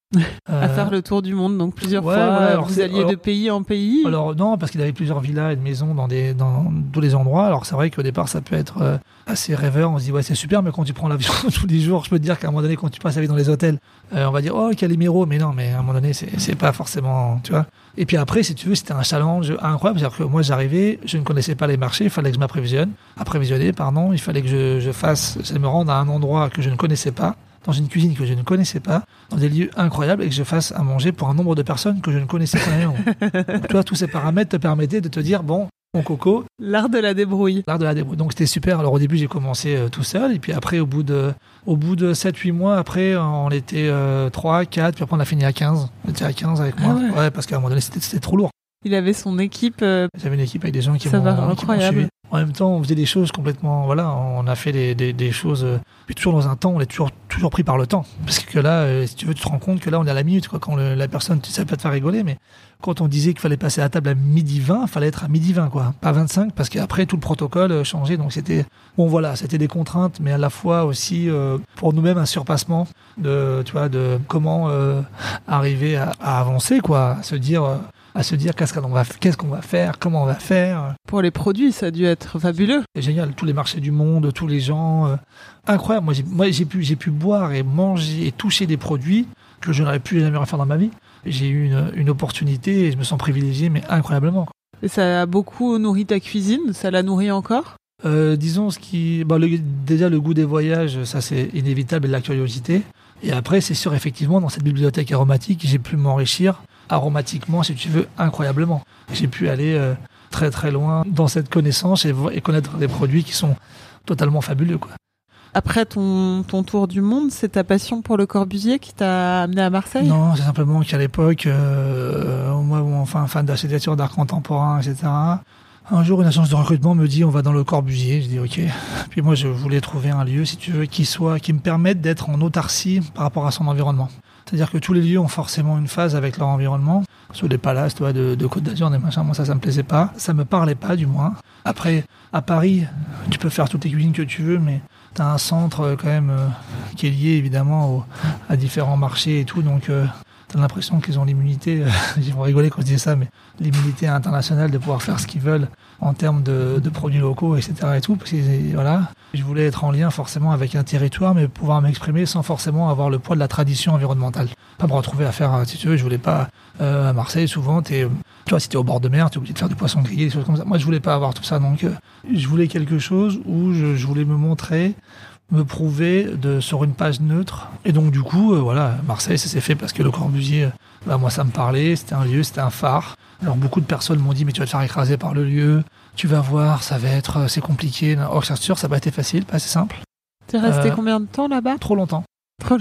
Euh, à faire le tour du monde, donc plusieurs ouais, fois. Ouais, alors vous alliez alors, de pays en pays. Alors non, parce qu'il avait plusieurs villas et de maisons dans, des, dans tous les endroits. Alors c'est vrai qu'au départ, ça peut être euh, assez rêveur. On se dit, ouais, c'est super, mais quand tu prends l'avion tous les jours, je peux te dire qu'à un moment donné, quand tu passes la vie dans les hôtels, euh, on va dire, oh, Calimero. Mais non, mais à un moment donné, c'est, c'est pas forcément, tu vois. Et puis après, si tu veux, c'était un challenge incroyable. C'est-à-dire que moi, j'arrivais, je ne connaissais pas les marchés, il fallait que je m'apprévisionne, approvisionner, pardon. Il fallait que je, je fasse, je me rende à un endroit que je ne connaissais pas, dans une cuisine que je ne connaissais pas, dans des lieux incroyables, et que je fasse à manger pour un nombre de personnes que je ne connaissais pas. Donc, tu vois, tous ces paramètres te permettaient de te dire, bon, mon coco. L'art de la débrouille. L'art de la débrouille. Donc c'était super. Alors au début, j'ai commencé euh, tout seul, et puis après, au bout de, au bout de sept huit mois, après, on était euh, trois, quatre, puis après, on a fini à quinze. On était à quinze avec moi. Ah ouais. ouais, parce qu'à un moment donné, c'était, c'était trop lourd. Il avait son équipe. Euh... J'avais une équipe avec des gens qui Ça m'ont, va, qui m'ont incroyable. suivi. En même temps, on faisait des choses complètement. Voilà, on a fait des, des, des choses. Euh, puis toujours dans un temps, on est toujours, toujours pris par le temps. Parce que là, euh, si tu veux, tu te rends compte que là, on est à la minute. Quoi, quand le, la personne, tu sais, ça peut te faire rigoler, mais quand on disait qu'il fallait passer à la table à midi vingt, il fallait être à midi vingt, quoi. Pas vingt-cinq, parce qu'après, tout le protocole euh, changeait. Donc c'était. Bon, voilà, c'était des contraintes, mais à la fois aussi, euh, pour nous-mêmes, un surpassement de, tu vois, de comment euh, arriver à, à avancer, quoi. À se dire. Euh, à se dire qu'est-ce qu'on va, qu'est-ce qu'on va faire, comment on va faire. Pour les produits, ça a dû être fabuleux. C'est génial, tous les marchés du monde, tous les gens, euh, incroyable. Moi, j'ai, moi j'ai, pu, j'ai pu boire et manger et toucher des produits que je n'aurais plus jamais refaire dans ma vie. J'ai eu une, une opportunité et je me sens privilégié, mais incroyablement. Et ça a beaucoup nourri ta cuisine, ça l'a nourri encore ? euh, Disons, ce qui, bah, le, déjà le goût des voyages, ça c'est inévitable, et de la curiosité. Et après, c'est sûr, effectivement, dans cette bibliothèque aromatique, j'ai pu m'enrichir aromatiquement, si tu veux, incroyablement. J'ai pu aller euh, très très loin dans cette connaissance et, et connaître des produits qui sont totalement fabuleux, quoi. Après ton, ton tour du monde, c'est ta passion pour le Corbusier qui t'a amené à Marseille ? Non, c'est simplement qu'à l'époque, euh, moi, enfin, fan d'architecture, d'art contemporain, et cetera. Un jour, une agence de recrutement me dit on va dans le Corbusier. Je dis ok. Puis moi, je voulais trouver un lieu, si tu veux, qui soit, qui me permette d'être en autarcie par rapport à son environnement. C'est-à-dire que tous les lieux ont forcément une phase avec leur environnement. Sur des palaces, tu vois, de, de Côte d'Azur, des machins, moi ça, ça me plaisait pas. Ça me parlait pas, du moins. Après, à Paris, tu peux faire toutes les cuisines que tu veux, mais t'as un centre quand même euh, qui est lié évidemment au, à différents marchés et tout, donc euh, t'as l'impression qu'ils ont l'immunité, euh, ils vont rigoler quand je dis ça, mais l'immunité internationale de pouvoir faire ce qu'ils veulent en termes de, de produits locaux, et cetera et tout, parce que voilà, je voulais être en lien forcément avec un territoire, mais pouvoir m'exprimer sans forcément avoir le poids de la tradition environnementale. Pas me retrouver à faire, si tu veux, je voulais pas, euh, à Marseille, souvent, t'es, tu vois, si t'es au bord de mer, t'es obligé de faire du poisson grillé, des choses comme ça. Moi, je voulais pas avoir tout ça, donc euh, je voulais quelque chose où je, je voulais me montrer, me prouver de, sur une page neutre. Et donc, du coup, euh, voilà, Marseille, ça s'est fait parce que le Corbusier, bah, moi, ça me parlait, c'était un lieu, c'était un phare. Alors, beaucoup de personnes m'ont dit, mais tu vas te faire écraser par le lieu, tu vas voir, ça va être, c'est compliqué. Oh, c'est sûr, ça n'a pas été facile, pas assez simple. T'es resté Euh, combien de temps là-bas ? Trop longtemps. Trop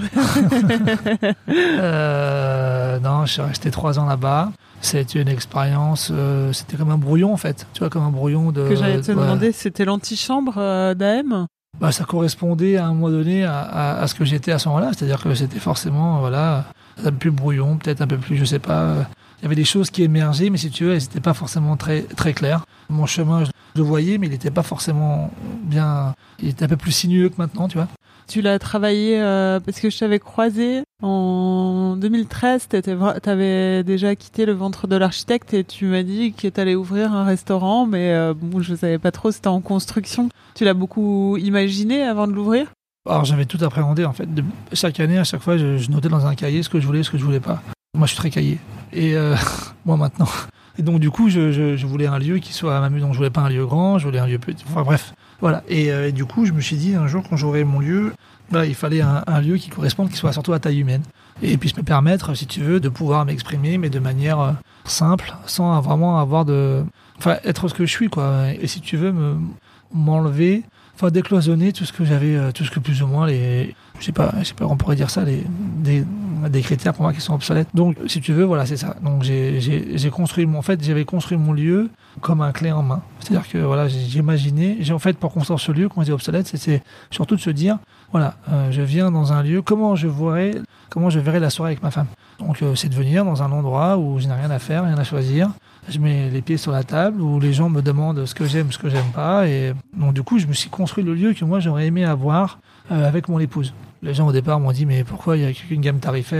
euh, non, je suis resté trois ans là-bas. C'était une expérience, euh, c'était comme un brouillon en fait. Tu vois, comme un brouillon de. Que j'allais te ouais. demander, c'était l'antichambre euh, d'A M ? Bah, ça correspondait à un moment donné à, à, à ce que j'étais à ce moment-là. C'est-à-dire que c'était forcément, voilà, un peu plus brouillon, peut-être un peu plus, je sais pas. Il y avait des choses qui émergeaient, mais si tu veux, elles n'étaient pas forcément très, très claires. Mon chemin, je le voyais, mais il n'était pas forcément bien. Il était un peu plus sinueux que maintenant, tu vois. Tu l'as travaillé euh, parce que je t'avais croisé en deux mille treize, t'étais, t'avais déjà quitté le ventre de l'architecte et tu m'as dit que t'allais ouvrir un restaurant, mais euh, bon, je savais pas trop, c'était en construction. Tu l'as beaucoup imaginé avant de l'ouvrir ? Alors j'avais tout appréhendé en fait. De, chaque année, à chaque fois, je, je notais dans un cahier ce que je voulais, ce que je voulais pas. Moi, je suis très cahier. Et euh, moi maintenant. Et donc du coup, je, je, je voulais un lieu qui soit à ma donc je voulais pas un lieu grand, je voulais un lieu petit. Enfin bref. Voilà, et, euh, et du coup, je me suis dit, un jour, quand j'aurai mon lieu, là, il fallait un, un lieu qui corresponde, qui soit surtout à taille humaine, et puisse me permettre, si tu veux, de pouvoir m'exprimer, mais de manière euh, simple, sans vraiment avoir de... Enfin, être ce que je suis, quoi. Et si tu veux, me, m'enlever, enfin, décloisonner tout ce que j'avais, euh, tout ce que plus ou moins les... Je sais pas, je sais pas, on pourrait dire ça, les, des, des critères pour moi qui sont obsolètes. Donc, si tu veux, voilà, c'est ça. Donc, j'ai, j'ai, j'ai construit mon, en fait, j'avais construit mon lieu comme un clé en main. C'est-à-dire que, voilà, j'ai, j'ai imaginé, j'ai en fait, pour construire ce lieu, quand je dis obsolète, c'est, c'est surtout de se dire, voilà, euh, je viens dans un lieu, comment je verrai, comment je verrai la soirée avec ma femme. Donc, euh, c'est de venir dans un endroit où je n'ai rien à faire, rien à choisir. Je mets les pieds sur la table, où les gens me demandent ce que j'aime, ce que j'aime pas. Et donc, du coup, je me suis construit le lieu que moi, j'aurais aimé avoir euh, avec mon épouse. Les gens, au départ, m'ont dit, mais pourquoi il n'y a qu'une gamme tarifaire ?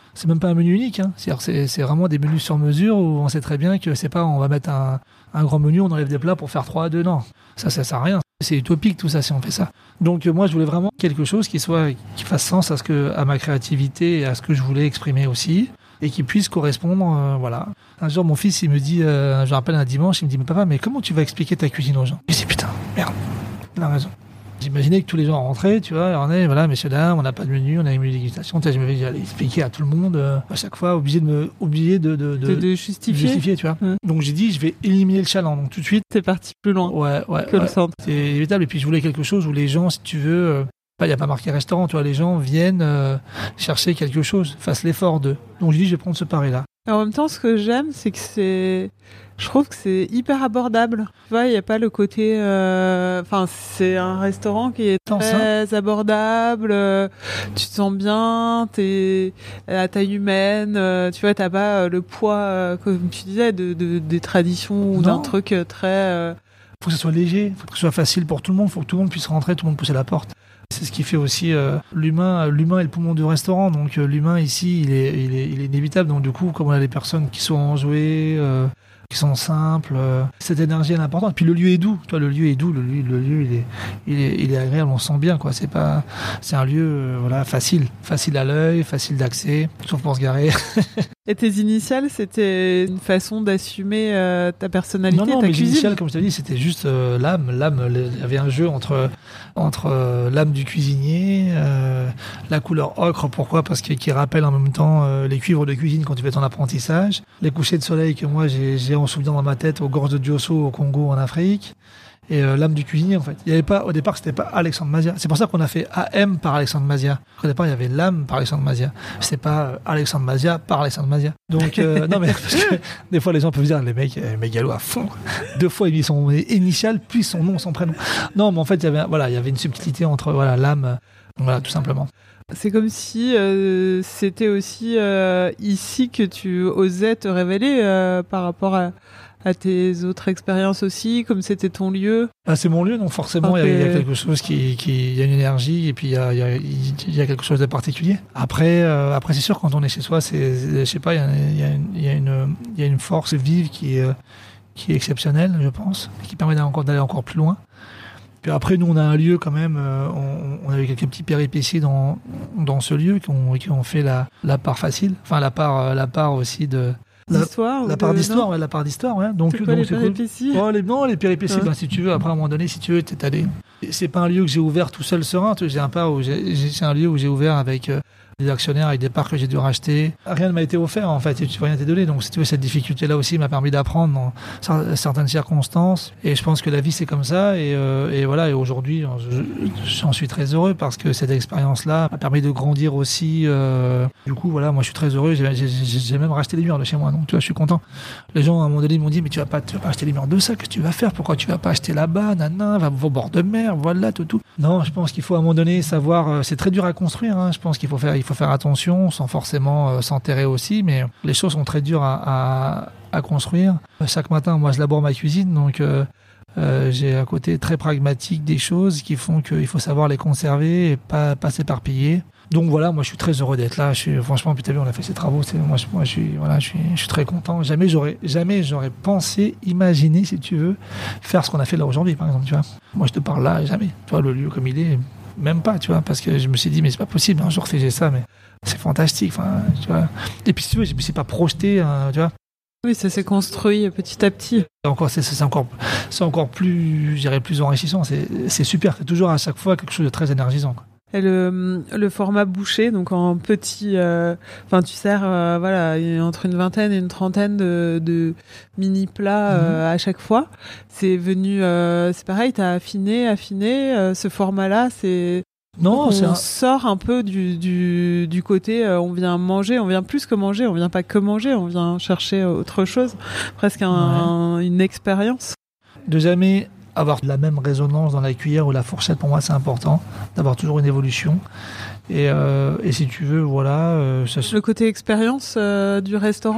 C'est même pas un menu unique, hein. C'est-à-dire c'est, c'est vraiment des menus sur mesure où on sait très bien que c'est pas on va mettre un, un grand menu, on enlève des plats pour faire trois à deux. Non, ça, ça sert à rien. C'est utopique tout ça si on fait ça. Donc euh, moi je voulais vraiment quelque chose qui soit qui fasse sens à ce que à ma créativité et à ce que je voulais exprimer aussi et qui puisse correspondre. Euh, voilà. Un jour mon fils il me dit, euh, je me rappelle un dimanche, il me dit mais papa mais comment tu vas expliquer ta cuisine aux gens ? Je dis putain merde, il a raison. J'imaginais que tous les gens rentraient, tu vois, on est, voilà, messieurs, dames, on n'a pas de menu, on a une menu de dégustation. Tu sais, je me j'allais expliquer à tout le monde, euh, à chaque fois, obligé de me, obligé de, de, de, de, de justifier. de justifier, tu vois. Mmh. Donc j'ai dit, je vais éliminer le chaland. Donc tout de suite. T'es parti plus loin. Ouais, ouais. Que ouais. le centre. C'est inévitable. Et puis je voulais quelque chose où les gens, si tu veux, euh, il n'y a pas marqué restaurant, tu vois, les gens viennent euh, chercher quelque chose, fassent l'effort d'eux. Donc j'ai dit, je vais prendre ce pari-là. En même temps, ce que j'aime, c'est que c'est, je trouve que c'est hyper abordable. Tu vois, il n'y a pas le côté, enfin, euh... c'est un restaurant qui est très Tant abordable. Euh, tu te sens bien, t'es à taille humaine. Euh, tu vois, t'as pas euh, le poids, euh, comme tu disais, de, de des traditions ou non. d'un truc euh, très. Euh... Faut que ce soit léger, faut que ce soit facile pour tout le monde, faut que tout le monde puisse rentrer, tout le monde pousser la porte. C'est ce qui fait aussi euh, l'humain. L'humain est le poumon du restaurant, donc euh, l'humain ici, il est, il est, il est inévitable. Donc du coup, comme on a des personnes qui sont enjouées, euh, qui sont simples, euh, cette énergie elle est importante. Puis le lieu est doux. Toi, le lieu est doux. Le lieu, le lieu, il est, il est, il est agréable. On sent bien, quoi. C'est pas, c'est un lieu, euh, voilà, facile, facile à l'œil, facile d'accès, sauf pour se garer. Et tes initiales, c'était une façon d'assumer euh, ta personnalité, non, non, ta mes cuisine. initiales, comme je t'ai dit, c'était juste euh, l'âme. L'âme, il y avait un jeu entre entre euh, l'âme du cuisinier, euh, la couleur ocre. Pourquoi ? Parce que qui rappelle en même temps euh, les cuivres de cuisine quand tu fais ton apprentissage, les couchers de soleil que moi j'ai, j'ai en souvenir dans ma tête aux gorges de Diosso au Congo en Afrique. Et euh, l'âme du cuisinier, en fait. Il y avait pas, au départ, c'était pas Alexandre Mazia. C'est pour ça qu'on a fait A M par Alexandre Mazia. Au départ, il y avait l'âme par Alexandre Mazia. C'est pas euh, Alexandre Mazia par Alexandre Mazia. Donc, euh, non, mais parce que des fois, les gens peuvent dire, les mecs, les mégalos à fond. Deux fois, il met son initial, puis son nom, son prénom. Non, mais en fait, il y avait, voilà, il y avait une subtilité entre, voilà, l'âme, voilà, tout simplement. C'est comme si euh, c'était aussi euh, ici que tu osais te révéler euh, par rapport à, à tes autres expériences aussi, comme c'était ton lieu. Ah, c'est mon lieu, donc forcément, il okay. y, y a quelque chose qui, qui, il y a une énergie et puis il y a, il y a, il y a quelque chose de particulier. Après, euh, après c'est sûr, quand on est chez soi, c'est, je sais pas, il y a, il y a, une, il y a une, il y a une force vive qui est, qui est exceptionnelle, je pense, qui permet d'aller encore, d'aller encore plus loin. Puis après, nous, on a un lieu quand même, euh, on, on a eu quelques petits péripéties dans, dans ce lieu qui ont, qui ont fait la, la part facile, enfin la part, la part aussi de... La, d'histoire la part d'histoire, ouais, la part d'histoire, ouais. Donc, c'est quoi, donc les péripéties cool. oh, les, non, les péripéties, ouais. bah, si tu veux, après, à un moment donné, si tu veux, t'es allé. C'est pas un lieu que j'ai ouvert tout seul serein, tu sais, j'ai un pas où j'ai, c'est un lieu où j'ai ouvert avec euh, des actionnaires, avec des parts que j'ai dû racheter. Rien ne m'a été offert, en fait, et tu vois, rien t'est donné. Donc, si tu veux, cette difficulté-là aussi m'a permis d'apprendre dans certaines circonstances. Et je pense que la vie, c'est comme ça. Et, euh, et voilà, et aujourd'hui, je, j'en suis très heureux parce que cette expérience-là m'a permis de grandir aussi. Euh, du coup, voilà, moi, je suis très heureux. J'ai, j'ai, j'ai même racheté les murs de chez moi. Donc, tu vois, je suis content. Les gens, à un moment donné, m'ont dit, mais tu vas pas, tu vas pas acheter les murs de ça, qu'est-ce que tu vas faire? Pourquoi tu vas pas acheter là-bas? Nana, va au bord de mer, voilà, tout, tout. Non, je pense qu'il faut, à un moment donné, savoir, euh, c'est très dur à construire, hein. Je pense qu'il faut faire, il faut faire attention, sans forcément euh, s'enterrer aussi, mais les choses sont très dures à, à, à construire. Chaque matin, moi, je labore ma cuisine, donc, euh, euh, j'ai un côté très pragmatique des choses qui font qu'il faut savoir les conserver et pas, pas s'éparpiller. Donc voilà, moi je suis très heureux d'être là. Je suis, franchement, puis t'as vu, on a fait ces travaux. C'est, moi, je, moi, je suis, voilà, je suis, je suis très content. Jamais j'aurais, jamais j'aurais pensé, imaginé, si tu veux, faire ce qu'on a fait là aujourd'hui, par exemple. Tu vois, moi je te parle là, jamais. Tu vois, le lieu comme il est, même pas, tu vois, parce que je me suis dit, mais c'est pas possible. Un jour, j'ai ça, mais c'est fantastique. Enfin, tu vois. Et puis si tu veux, je me suis pas projeté, hein, tu vois. Oui, ça s'est construit petit à petit. Encore, c'est, c'est encore, c'est encore plus, je dirais, plus enrichissant. C'est, c'est super. C'est toujours à chaque fois quelque chose de très énergisant, quoi. Et le, le format bouché, donc en petit, enfin euh, tu sers, euh, voilà, entre une vingtaine et une trentaine de, de mini plats euh, mmh. à chaque fois. C'est venu, euh, c'est pareil, t'as affiné, affiné. Euh, ce format-là, c'est non, on c'est un... sort un peu du du, du côté, euh, on vient manger, on vient plus que manger, on vient pas que manger, on vient chercher autre chose, presque un, ouais. une expérience. De jamais avoir la même résonance dans la cuillère ou la fourchette, pour moi c'est important d'avoir toujours une évolution et, euh, et si tu veux voilà euh, ça... le côté expérience euh, du restaurant,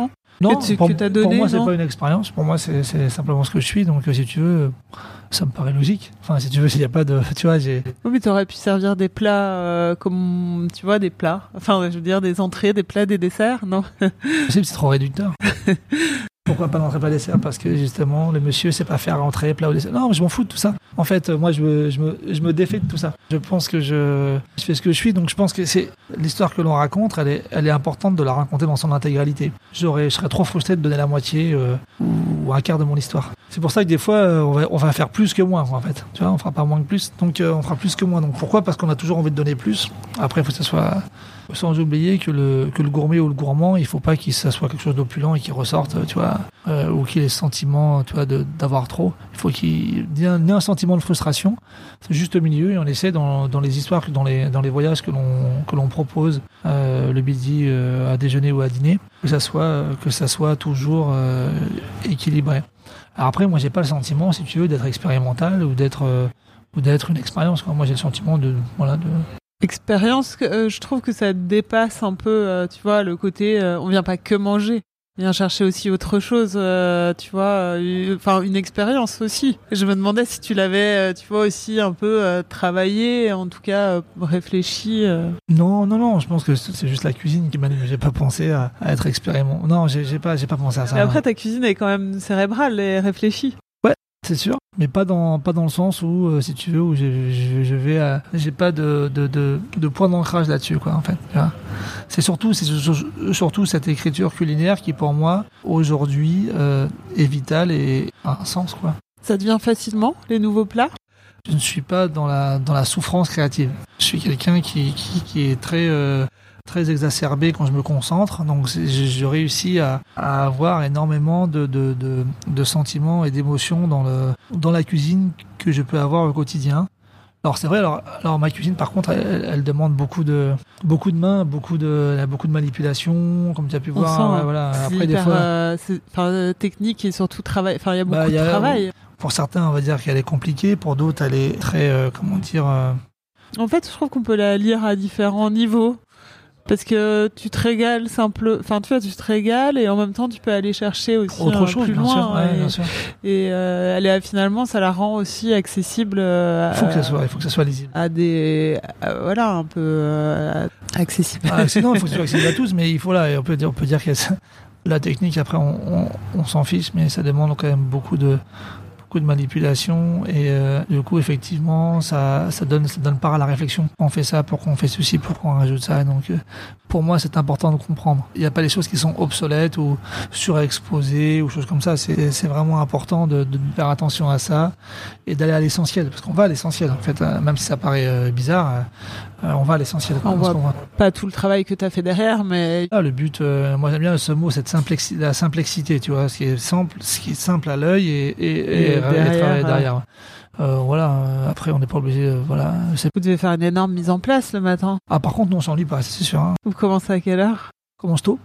Non, que tu pour, que t'as pour donné, moi, c'est non pas une expérience. Pour moi, c'est, c'est simplement ce que je suis. Donc, euh, si tu veux, euh, ça me paraît logique. Enfin, si tu veux, il n'y a pas de. Tu vois, j'ai. Oui, mais t'aurais pu servir des plats euh, comme, tu vois, des plats. Enfin, je veux dire, des entrées, des plats, des desserts, non? C'est trop réducteur. Pourquoi pas d'entrée plat dessert? Parce que justement, le monsieur sait pas faire entrée, plat ou dessert. Non, mais je m'en fous de tout ça. En fait, moi, je me, je me, je me défais de tout ça. Je pense que je, je fais ce que je suis, donc je pense que c'est l'histoire que l'on raconte, elle est, elle est importante de la raconter dans son intégralité. J'aurais, je serais trop frustré de donner la moitié euh, ou un quart de mon histoire. C'est pour ça que des fois, euh, on, va, on va faire plus que moins, en fait. Tu vois, on fera pas moins que plus, donc euh, on fera plus que moins. Donc pourquoi? Parce qu'on a toujours envie de donner plus. Après, il faut que ça soit. Sans oublier que le, que le gourmet ou le gourmand, il faut pas qu'il ça soit quelque chose d'opulent et qu'il ressorte, tu vois, euh, ou qu'il ait le sentiment, tu vois, de, d'avoir trop. Il faut qu'il y ait un, un sentiment de frustration. C'est juste au milieu et on essaie dans, dans les histoires, dans les, dans les voyages que l'on, que l'on propose euh, le midi euh, à déjeuner ou à dîner, que ça soit, que ça soit toujours euh, équilibré. Alors après, moi, j'ai pas le sentiment, si tu veux, d'être expérimental ou d'être, euh, ou d'être une expérience, quoi. Moi, j'ai le sentiment de, voilà, de, Expérience, euh, je trouve que ça dépasse un peu, euh, tu vois, le côté, euh, on vient pas que manger, on vient chercher aussi autre chose, euh, tu vois, enfin euh, une expérience aussi. Je me demandais si tu l'avais, euh, tu vois, aussi un peu euh, travaillé, en tout cas euh, réfléchi. Euh. Non, non, non, je pense que c'est juste la cuisine qui m'a dit, j'ai pas pensé à, à être expérimental. Non, j'ai, j'ai pas, j'ai pas pensé à ça. Et après, ta cuisine est quand même cérébrale et réfléchie. C'est sûr, mais pas dans pas dans le sens où, euh, si tu veux, où je, je, je vais, à, j'ai pas de, de, de, de point d'ancrage là-dessus, quoi, en fait. Tu vois. C'est surtout, c'est surtout cette écriture culinaire qui, pour moi, aujourd'hui, euh, est vitale et a un sens, quoi. Ça devient facilement les nouveaux plats? Je ne suis pas dans la dans la souffrance créative. Je suis quelqu'un qui qui, qui est très euh, très exacerbé quand je me concentre, donc je, je réussis à, à avoir énormément de, de, de, de sentiments et d'émotions dans, le, dans la cuisine que je peux avoir au quotidien. Alors c'est vrai, alors, alors ma cuisine par contre, elle, elle demande beaucoup de, beaucoup de mains, beaucoup de, beaucoup de manipulation, comme tu as pu On voir. sent, Ouais, voilà. c'est Après, hyper, des fois, euh, c'est, enfin, technique et surtout travail. Enfin, il y a beaucoup bah, y a, de travail. Pour certains, on va dire qu'elle est compliquée, pour d'autres, elle est très, euh, comment dire. Euh... En fait, je trouve qu'on peut la lire à différents niveaux. Parce que tu te régales simple, enfin tu vois, tu te régales et en même temps tu peux aller chercher aussi autre euh, chose, plus bien loin. sûr, ouais, et bien sûr. et euh, elle est finalement, ça la rend aussi accessible. Euh, il faut que ça à, soit, il faut que ça soit lisible. À des, à, voilà, un peu euh, accessible. Ah, sinon, il faut que ça soit accessible à tous, mais il faut là, on peut dire, on peut dire que la technique après, on, on, on s'en fiche, mais ça demande quand même beaucoup de de manipulation et euh, du coup effectivement ça, ça donne ça donne part à la réflexion. On fait ça, pourquoi on fait ceci, pourquoi on rajoute ça, donc euh, pour moi c'est important de comprendre. Il n'y a pas des choses qui sont obsolètes ou surexposées ou choses comme ça, c'est, c'est vraiment important de, de faire attention à ça et d'aller à l'essentiel, parce qu'on va à l'essentiel en fait, euh, même si ça paraît euh, bizarre, euh, on va à l'essentiel. On voit voit pas tout le travail que tu as fait derrière, mais ah, le but, euh, moi j'aime bien ce mot, cette simplexi- la simplicité, tu vois, ce qui est simple, ce qui est simple à l'œil et, et, et, et derrière. derrière. Euh, voilà. Euh, après, on n'est pas obligé. Euh, voilà. C'est... Vous devez faire une énorme mise en place le matin. Ah, par contre, nous on s'ennuie pas, c'est sûr. Hein. Vous commencez à quelle heure? Commence tôt.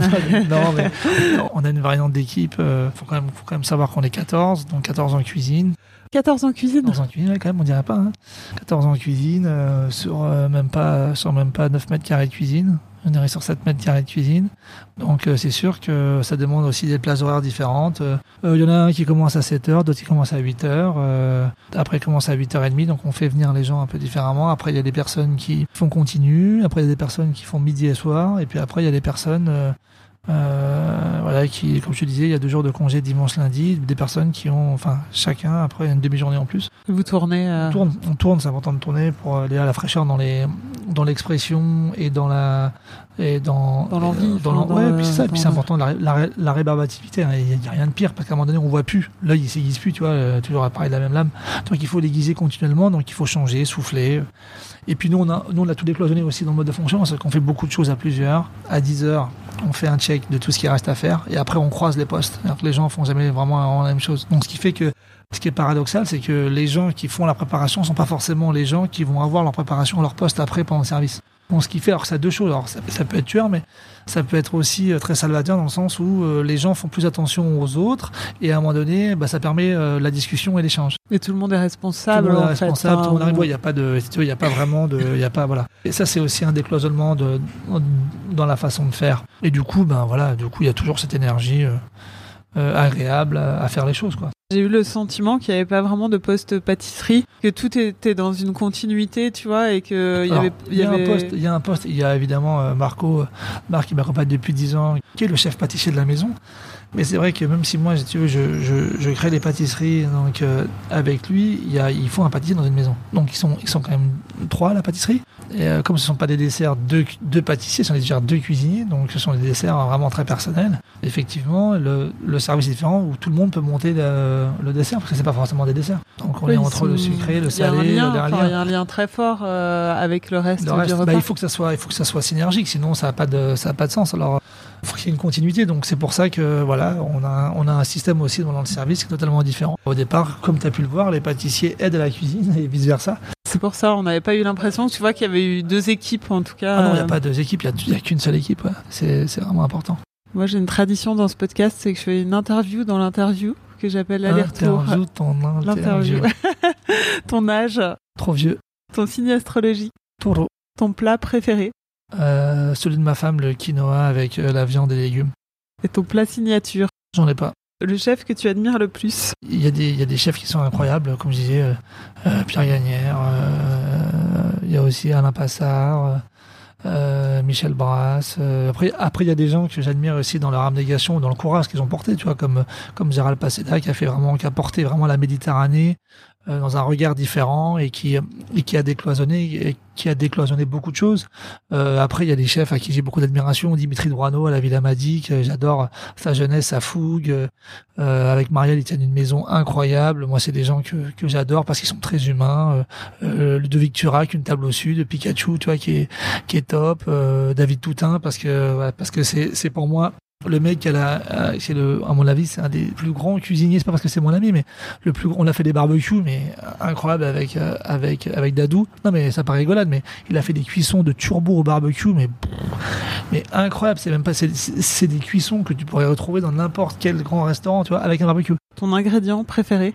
Non, mais non, on a une variante d'équipe. Euh, faut quand même, faut quand même savoir qu'on est quatorze, donc quatorze en cuisine. quatorze en cuisine. quatorze en cuisine, ouais, quand même, on dirait pas. Hein. quatorze en cuisine, euh, sur euh, même pas, sur même pas neuf mètres carrés de cuisine. On irait sur sept mètres carrés de cuisine. Donc euh, c'est sûr que ça demande aussi des plages horaires différentes. Il euh, y en a un qui commence à sept heures, d'autres qui commencent à huit heures. Euh, après, ils commencent à huit heures trente, donc on fait venir les gens un peu différemment. Après, il y a des personnes qui font continu. Après, il y a des personnes qui font midi et soir. Et puis après, il y a des personnes... Euh, Euh, voilà, qui, comme je te disais, il y a deux jours de congé dimanche, lundi, des personnes qui ont, enfin, chacun après une demi-journée en plus. Vous tournez euh... On tourne, on tourne, c'est important de tourner pour aller à la fraîcheur dans les, dans l'expression et dans la, et dans, dans l'envie. Euh, dans l'en... dans ouais, le... puis ça, dans puis c'est important la, la, la rébarbativité. Hein, il n'y a rien de pire parce qu'à un moment donné, on voit plus. L'œil, il s'aiguise plus, tu vois, euh, toujours appareil de la même lame. Donc il faut l'aiguiser continuellement, donc il faut changer, souffler. Et puis nous, on a, nous, on a tout décloisonné aussi dans le mode de fonction, c'est qu'on fait beaucoup de choses à plusieurs. À dix heures, on fait un check de tout ce qui reste à faire, et après on croise les postes. Alors que les gens font jamais vraiment la même chose. Donc ce qui fait que, ce qui est paradoxal, c'est que les gens qui font la préparation sont pas forcément les gens qui vont avoir leur préparation à leur poste après pendant le service. Bon, ce qui fait, alors ça a deux choses. Alors ça, ça peut être tueur, mais ça peut être aussi très salvateur dans le sens où euh, les gens font plus attention aux autres et à un moment donné, bah, ça permet euh, la discussion et l'échange. Et tout le monde est responsable. Tout le monde est en responsable. fait, tout le monde hein, arrive. Il n'y a pas de, si tu veux, il n'y a pas vraiment de, il y a pas voilà. Et ça, c'est aussi un décloisonnement de dans la façon de faire. Et du coup, ben voilà, du coup, il y a toujours cette énergie euh, euh, agréable à, à faire les choses, quoi. J'ai eu le sentiment qu'il n'y avait pas vraiment de poste pâtisserie, que tout était dans une continuité, tu vois, et que il y Alors, avait, il y, a avait... un poste, il y a un poste, il y a évidemment euh, Marco, euh, Marc qui m'accompagne depuis dix ans, qui est le chef pâtissier de la maison. Mais c'est vrai que même si moi, si tu veux, je, je, je crée les pâtisseries, donc euh, avec lui, il, y a, il faut un pâtissier dans une maison. Donc ils sont, ils sont quand même trois à la pâtisserie. Et euh, comme ce ne sont pas des desserts, deux, deux pâtissiers, ce sont déjà deux cuisiniers, donc ce sont des desserts vraiment très personnels. Effectivement, le, le service est différent où tout le monde peut monter le, le dessert, parce que c'est pas forcément des desserts. Donc on Oui, est entre sont... le sucré, le salé, il y a un lien, le enfin, lien. il y a un lien très fort euh, avec le reste, Le reste du repas. bah, il faut que ça soit, il faut que ça soit synergique, sinon ça n'a pas de, ça a pas de sens. Alors il faut qu'il y ait une continuité, donc c'est pour ça que voilà, on a, on a un système aussi dans le service qui est totalement différent. Au départ, comme tu as pu le voir, les pâtissiers aident à la cuisine et vice versa. C'est pour ça, on n'avait pas eu l'impression, tu vois, qu'il y avait eu deux équipes en tout cas. Ah non, il n'y a euh... pas deux équipes, il n'y a, a qu'une seule équipe. Ouais. C'est, c'est vraiment important. Moi, j'ai une tradition dans ce podcast, c'est que je fais une interview dans l'interview que j'appelle aller-retour. Interview, ton L'interview. Ton âge. Trop vieux. Ton signe astrologique. Taureau. Ton plat préféré. Euh, celui de ma femme, le quinoa avec euh, la viande et les légumes. Et ton plat signature. J'en ai pas. Le chef que tu admires le plus. Il y a des, il y a des chefs qui sont incroyables, comme je disais, euh, euh, Pierre Gagnère, euh, il y a aussi Alain Passard, euh, euh, Michel Brasse. Euh, après, après, il y a des gens que j'admire aussi dans leur abnégation, dans le courage qu'ils ont porté, tu vois, comme, comme Gérald Paseda, qui a fait vraiment, qui a porté vraiment la Méditerranée euh, dans un regard différent et qui, et qui a décloisonné, et qui a décloisonné beaucoup de choses. Euh, après, il y a des chefs à qui j'ai beaucoup d'admiration. Dimitri Douaneau à la Villa Madic, j'adore sa jeunesse, sa fougue. Euh, avec Marielle, ils tiennent une maison incroyable. Moi, c'est des gens que, que j'adore parce qu'ils sont très humains. Euh, Ludovic Turac, une table au sud, Pikachu, tu vois, qui est, qui est top. Euh, David Toutain, parce que, voilà, parce que c'est, c'est pour moi le mec qui a la, c'est le, à mon avis, c'est un des plus grands cuisiniers. C'est pas parce que c'est mon ami, mais le plus, on a fait des barbecues, mais incroyable avec, euh, avec, avec Dadou. Non, mais ça paraît rigolade, mais il a fait des cuissons de turbo au barbecue, mais, mais incroyable. C'est même pas, c'est, c'est des cuissons que tu pourrais retrouver dans n'importe quel grand restaurant, tu vois, avec un barbecue. Ton ingrédient préféré?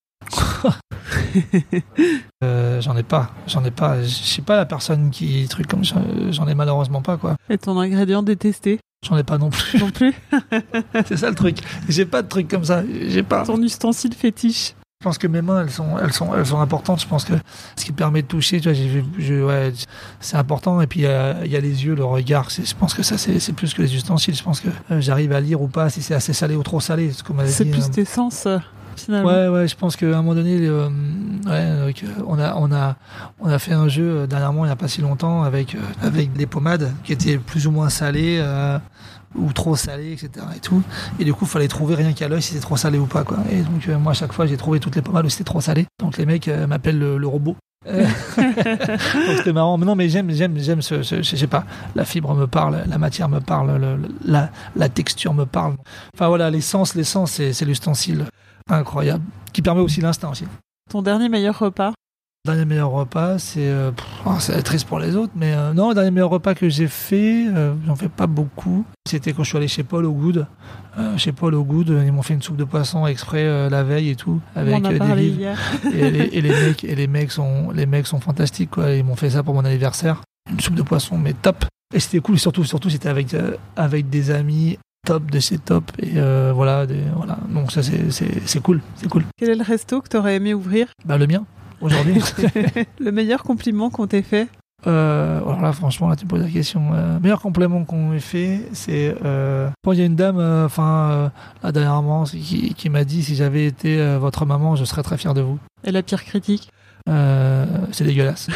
euh, j'en ai pas, j'en ai pas. Je sais pas la personne qui truc comme ça, j'en ai malheureusement pas, quoi. Et ton ingrédient détesté? J'en ai pas non plus. Non plus. C'est ça le truc. J'ai pas de truc comme ça. J'ai pas. Ton ustensile fétiche? Je pense que mes mains, elles sont, elles sont, elles sont importantes. Je pense que ce qui permet de toucher, tu vois, j'ai, je, ouais, c'est important. Et puis il y a, y a les yeux, le regard. C'est, je pense que ça, c'est, c'est plus que les ustensiles. Je pense que euh, j'arrive à lire ou pas si c'est assez salé ou trop salé. C'est, comme c'est dit, plus hein. tes sens. Finalement. Ouais, ouais, je pense qu'à un moment donné, euh, ouais, donc, on a, on a, on a fait un jeu euh, dernièrement, il n'y a pas si longtemps, avec, euh, avec des pommades qui étaient plus ou moins salées, euh, ou trop salées, et cetera. Et tout. Et du coup, il fallait trouver rien qu'à l'œil si c'était trop salé ou pas, quoi. Et donc, euh, moi, à chaque fois, j'ai trouvé toutes les pommades où c'était trop salé. Donc, les mecs euh, m'appellent le, le robot. Donc c'était marrant. Mais non, mais j'aime, j'aime, j'aime ce, ce, je sais pas, la fibre me parle, la matière me parle, le, la, la texture me parle. Enfin voilà, l'essence, l'essence, c'est, c'est l'ustensile incroyable, qui permet aussi l'instinct aussi. Ton dernier meilleur repas? Dernier meilleur repas, c'est, euh, pff, oh, c'est triste pour les autres, mais euh, non, le dernier meilleur repas que j'ai fait, euh, j'en fais pas beaucoup. C'était quand je suis allé chez Paul au Good. Euh, chez Paul au Good, ils m'ont fait une soupe de poisson exprès euh, la veille et tout, avec On en a euh, parlé des livres. hier. et, les, et les mecs, et les mecs sont, les mecs sont fantastiques, quoi. Ils m'ont fait ça pour mon anniversaire, une soupe de poisson, mais top. Et c'était cool, surtout, surtout, c'était avec, euh, avec des amis. Top de chez top et euh, voilà, des, voilà donc ça c'est, c'est, c'est cool c'est cool. Quel est le resto que t'aurais aimé ouvrir? Bah le mien aujourd'hui. Le meilleur compliment qu'on t'ait fait? Euh, alors là franchement là tu me poses la question. Euh, meilleur compliment qu'on m'ait fait c'est euh, bon, il y a une dame enfin euh, là dernièrement qui, qui m'a dit si j'avais été euh, votre maman je serais très fier de vous. Et la pire critique? Euh, c'est dégueulasse.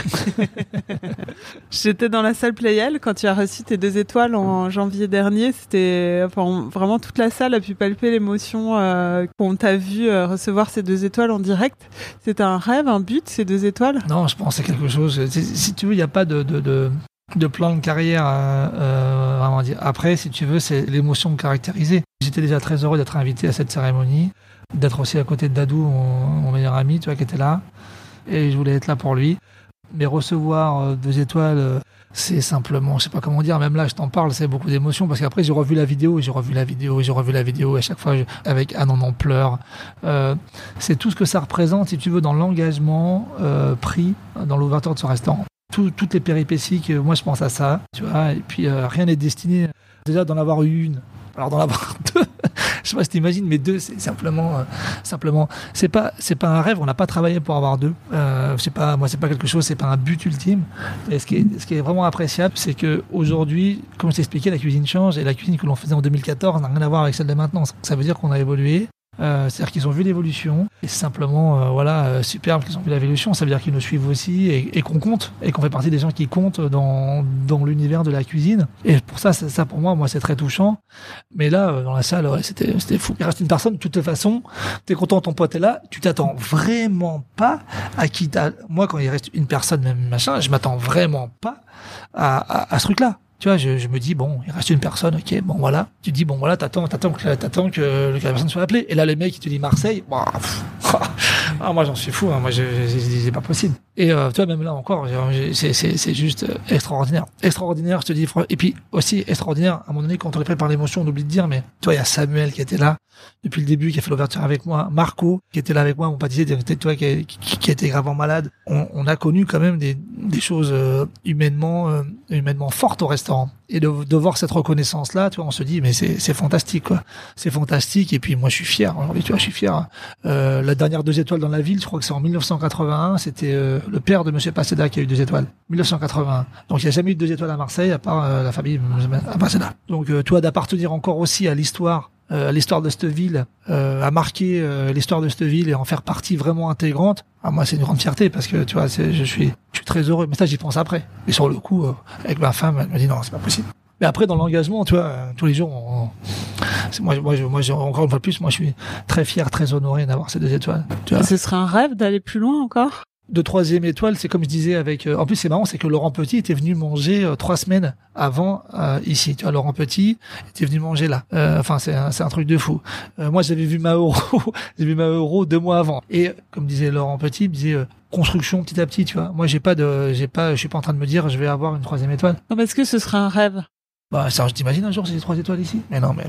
J'étais dans la salle Playel quand tu as reçu tes deux étoiles en janvier dernier. C'était enfin, on, vraiment toute la salle a pu palper l'émotion euh, qu'on t'a vu euh, recevoir ces deux étoiles en direct. C'était un rêve, un but, ces deux étoiles? Non, je pense que c'est quelque chose. Si, si tu veux, il n'y a pas de, de, de, de plan de carrière à euh, vraiment dire. Après, si tu veux, c'est l'émotion caractérisée. J'étais déjà très heureux d'être invité à cette cérémonie, d'être aussi à côté de Dadou, mon, mon meilleur ami, tu vois, qui était là. Et je voulais être là pour lui. Mais recevoir euh, deux étoiles, euh, c'est simplement, je sais pas comment dire, même là, je t'en parle, c'est beaucoup d'émotions, parce qu'après, j'ai revu la vidéo, et j'ai revu la vidéo, et j'ai revu la vidéo, et à chaque fois, je, avec Anne, on en pleure. Euh, c'est tout ce que ça représente, si tu veux, dans l'engagement euh, pris dans l'ouverture de ce restaurant. Tout, toutes les péripéties que moi je pense à ça, tu vois. Et puis euh, rien n'est destiné déjà d'en avoir eu une. Alors d'en avoir deux, je sais pas si t'imagines, mais deux, c'est simplement, euh, simplement, c'est pas, c'est pas un rêve. On n'a pas travaillé pour avoir deux. Euh, c'est pas, moi, c'est pas quelque chose, c'est pas un but ultime. Et ce qui est, ce qui est vraiment appréciable, c'est que aujourd'hui, comme je t'expliquais, la cuisine change et la cuisine que l'on faisait en deux mille quatorze n'a rien à voir avec celle de maintenant. Ça veut dire qu'on a évolué. Euh, c'est-à-dire qu'ils ont vu l'évolution et c'est simplement euh, voilà euh, superbe qu'ils ont vu l'évolution. Ça veut dire qu'ils nous suivent aussi et, et qu'on compte et qu'on fait partie des gens qui comptent dans dans l'univers de la cuisine. Et pour ça, ça, ça pour moi, moi c'est très touchant. Mais là, euh, dans la salle, ouais, c'était c'était fou. Il reste une personne de toute façon. T'es content, ton pote est là. Tu t'attends vraiment pas à qui t'as. Moi, quand il reste une personne, même machin, je m'attends vraiment pas à à, à ce truc-là. Tu vois, je, je me dis, bon, il reste une personne, ok, bon, voilà. Tu te dis, bon, voilà, t'attends, t'attends que, t'attends que, que la personne soit appelée. Et là, le mec, il te dit Marseille, bah, pff, ah, moi, j'en suis fou, hein, moi, je, je, je, c'est pas possible. Et, euh, tu vois, même là encore, c'est, c'est, c'est juste extraordinaire. Extraordinaire, je te dis, et puis, aussi, extraordinaire, à un moment donné, quand on est pris par l'émotion, on oublie de dire, mais, tu vois, il y a Samuel qui était là, depuis le début, qui a fait l'ouverture avec moi, Marco, qui était là avec moi, mon pâtissier, tu vois, qui, qui, qui était gravement malade. On, on a connu quand même des, des choses, euh, humainement, euh, humainement fortes au restaurant. Et de, de voir cette reconnaissance-là, tu vois, on se dit, mais c'est, c'est fantastique, quoi. C'est fantastique. Et puis, moi, je suis fier. Aujourd'hui, tu vois, je suis fier. Euh, la dernière deux étoiles dans la ville, je crois que c'est en mille neuf cent quatre-vingt-un. C'était euh, le père de Monsieur Paseda qui a eu deux étoiles. mille neuf cent quatre-vingt-un. Donc, il n'y a jamais eu de deux étoiles à Marseille, à part euh, la famille à Paseda. Donc, euh, toi, d'appartenir encore aussi à l'histoire, euh, à l'histoire de cette ville, euh, à marquer euh, l'histoire de cette ville et en faire partie vraiment intégrante. Ah, moi, c'est une grande fierté parce que, tu vois, c'est, je suis, je suis très heureux. Mais ça, j'y pense après. Et sur le coup, euh, avec ma femme, elle me dit non, c'est pas possible. Mais après, dans l'engagement, tu vois, euh, tous les jours, on, c'est, moi, moi, je, moi, je, encore une fois plus, moi, je suis très fier, très honoré d'avoir ces deux étoiles. Tu vois. Ce serait un rêve d'aller plus loin encore? De troisième étoile, c'est comme je disais avec. Euh, en plus, c'est marrant, c'est que Laurent Petit était venu manger euh, trois semaines avant euh, ici. Tu vois, Laurent Petit était venu manger là. Euh, enfin, c'est un, c'est un truc de fou. Euh, moi, j'avais vu Mauro, j'ai vu Mauro deux mois avant. Et comme disait Laurent Petit, il me disait euh, construction petit à petit. Tu vois, moi, j'ai pas de, j'ai pas, je suis pas en train de me dire, je vais avoir une troisième étoile. Non, mais est-ce que ce serait un rêve? Bah, ça, je t'imagine un jour, j'ai trois étoiles ici. Mais non, mais.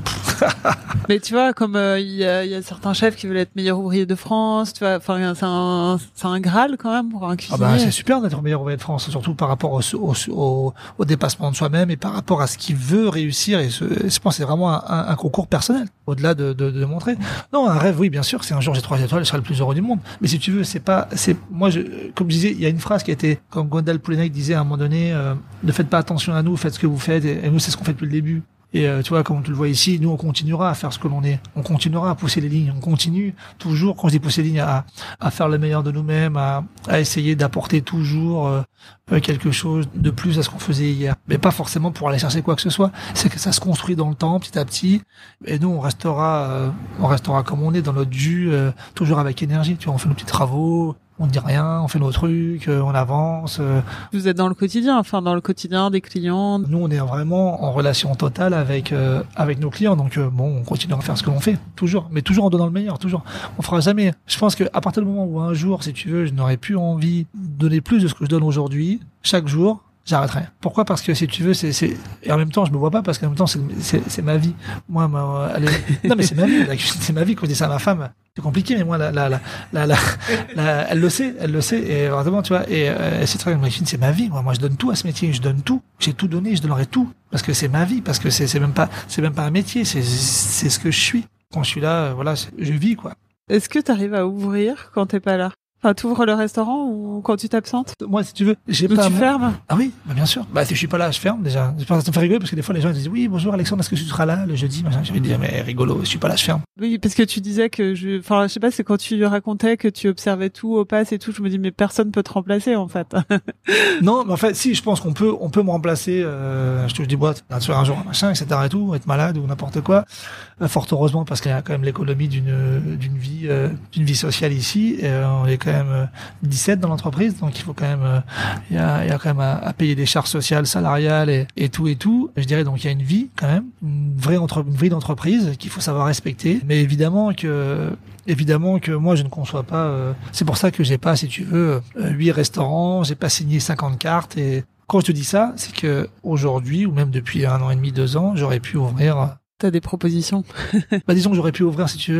Mais tu vois, comme il euh, y, a, y a certains chefs qui veulent être meilleurs ouvriers de France, tu vois, enfin, c'est un, c'est un graal quand même pour un cuisinier. Ah bah, c'est super d'être meilleur ouvrier de France, surtout par rapport au, au, au, au dépassement de soi-même et par rapport à ce qu'il veut réussir. Et ce, je pense que c'est vraiment un, un concours personnel, au-delà de, de, de montrer. Non, un rêve, oui, bien sûr, c'est un jour j'ai trois étoiles, je serai le plus heureux du monde. Mais si tu veux, c'est pas, c'est, moi, je, comme je disais, il y a une phrase qui a été, comme Gwendal Poulenec disait à un moment donné, euh, ne faites pas attention à nous, faites ce que vous faites, et, et nous, c'est ce qu'on fait depuis le début. Et euh, tu vois, comme tu le vois ici, nous on continuera à faire ce que l'on est. On continuera à pousser les lignes. On continue toujours, quand je dis pousser les lignes, à, à faire le meilleur de nous-mêmes, à, à essayer d'apporter toujours euh, quelque chose de plus à ce qu'on faisait hier. Mais pas forcément pour aller chercher quoi que ce soit. C'est que ça se construit dans le temps, petit à petit. Et nous, on restera, euh, on restera comme on est, dans notre jus, euh, toujours avec énergie. Tu vois, on fait nos petits travaux. On ne dit rien, on fait nos trucs, euh, on avance. Euh. Vous êtes dans le quotidien, enfin dans le quotidien des clients. Nous, on est vraiment en relation totale avec euh, avec nos clients, donc euh, bon, on continue à faire ce que l'on fait, toujours, mais toujours en donnant le meilleur, toujours. On fera jamais. Je pense que à partir du moment où un jour, si tu veux, je n'aurais plus envie de donner plus de ce que je donne aujourd'hui, chaque jour, j'arrêterai. Pourquoi? Parce que si tu veux, c'est, c'est, et en même temps, je me vois pas parce qu'en même temps, c'est, c'est, c'est ma vie. Moi, ma, elle est... non, mais c'est ma vie. C'est ma vie. Quand je dis ça à ma femme, c'est compliqué, mais moi, la, la, la, la, la, la elle le sait, elle le sait, et vraiment, tu vois, et euh, c'est très, c'est ma vie. Moi, moi, je donne tout à ce métier, je donne tout. J'ai tout donné, je donnerai tout. Parce que c'est ma vie, parce que c'est, c'est même pas, c'est même pas un métier, c'est, c'est ce que je suis. Quand je suis là, voilà, je vis, quoi. Est-ce que t'arrives à ouvrir quand t'es pas là? Enfin, t'ouvres le restaurant ou quand tu t'absentes? Moi, si tu veux, j'ai Ou pas. tu mon... fermes? Ah oui, bah bien sûr. Bah si je suis pas là, je ferme déjà. Ça me fait rigoler parce que des fois les gens ils disent oui bonjour Alexandre, est-ce que tu seras là le jeudi? Machin. Je vais dire mais rigolo, je suis pas là, je ferme. Oui, parce que tu disais que je, enfin, je sais pas, c'est quand tu racontais que tu observais tout au pass et tout. Je me dis mais personne peut te remplacer en fait. Non, mais en fait, si, je pense qu'on peut, on peut me remplacer. Euh, je touche des boîtes, sur un jour, un machin, et cetera et tout, être malade ou n'importe quoi. Euh, fort heureusement parce qu'il y a quand même l'économie d'une d'une vie, euh, d'une vie sociale ici. Et, euh, on est quand même euh, dix-sept dans l'entreprise, donc il faut quand même, euh, il y a, il y a quand même à, à payer des charges sociales, salariales et, et tout et tout. Je dirais donc il y a une vie quand même, une vraie entre, une vie d'entreprise qu'il faut savoir respecter. Mais évidemment que, évidemment que moi je ne conçois pas. Euh, c'est pour ça que j'ai pas, si tu veux, huit restaurants, j'ai pas signé cinquante cartes. Et quand je te dis ça, c'est que aujourd'hui ou même depuis un an et demi, deux ans, j'aurais pu ouvrir. T'as des propositions? Bah disons que j'aurais pu ouvrir, si tu veux,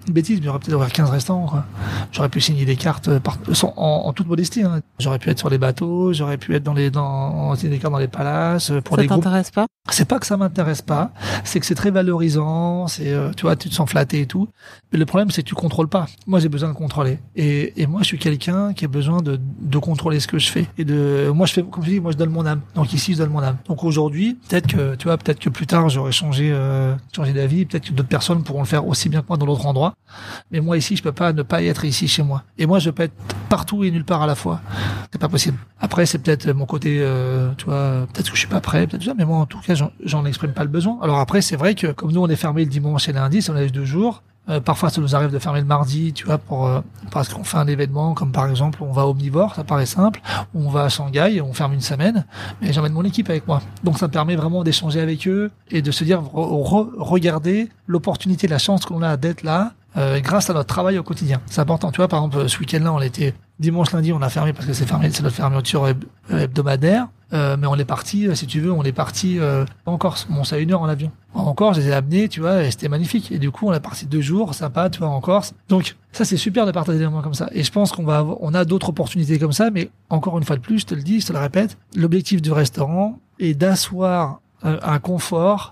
une bêtise, mais j'aurais peut-être ouvert quinze restaurants, quoi. J'aurais pu signer des cartes par, sans, en, en toute modestie, hein. J'aurais pu être sur les bateaux, j'aurais pu être dans les, dans, signer des cartes dans les palaces, pour ça les groupes. Ça t'intéresse pas? C'est pas que ça m'intéresse pas, c'est que c'est très valorisant, c'est, euh, tu vois, tu te sens flatté et tout. Mais le problème, c'est que tu contrôles pas. Moi, j'ai besoin de contrôler. Et, et moi, je suis quelqu'un qui a besoin de, de contrôler ce que je fais. Et de, moi, je fais, comme je dis, moi, je donne mon âme. Donc ici, je donne mon âme. Donc aujourd'hui, peut-être que, tu vois, peut-être que plus tard, j'aurais changé, euh, changé d'avis. Peut-être que d'autres personnes pourront le faire aussi bien que moi dans l'autre endroit. Mais moi, ici, je peux pas ne pas y être ici chez moi. Et moi, je peux être partout et nulle part à la fois. C'est pas possible. Après, c'est peut-être mon côté, euh, tu vois, peut-être que je suis pas prêt, peut-être ça. Mais moi, en tout cas, j'en, j'en exprime pas le besoin. Alors après, c'est vrai que comme nous, on est fermé le dimanche et lundi, ça nous laisse deux jours. Euh, parfois, ça nous arrive de fermer le mardi, tu vois, pour euh, parce qu'on fait un événement, comme par exemple, on va à Omnivore, ça paraît simple, ou on va à Shanghai, on ferme une semaine, mais j'emmène mon équipe avec moi. Donc, ça me permet vraiment d'échanger avec eux et de se dire, re- re- regarder l'opportunité, la chance qu'on a d'être là, euh, grâce à notre travail au quotidien. C'est important, tu vois. Par exemple, ce week-end-là, on était dimanche, lundi, on a fermé parce que c'est fermé, c'est notre fermeture heb- hebdomadaire. Euh, mais on est parti, si tu veux, on est parti euh, en Corse. Bon, c'est à une heure en avion. En Corse, je les ai amenés, tu vois, et c'était magnifique. Et du coup, on est parti deux jours, sympa, tu vois, en Corse. Donc, ça, c'est super de partager des moments comme ça. Et je pense qu'on va avoir, on a d'autres opportunités comme ça, mais encore une fois de plus, je te le dis, je te le répète, l'objectif du restaurant est d'asseoir euh, un confort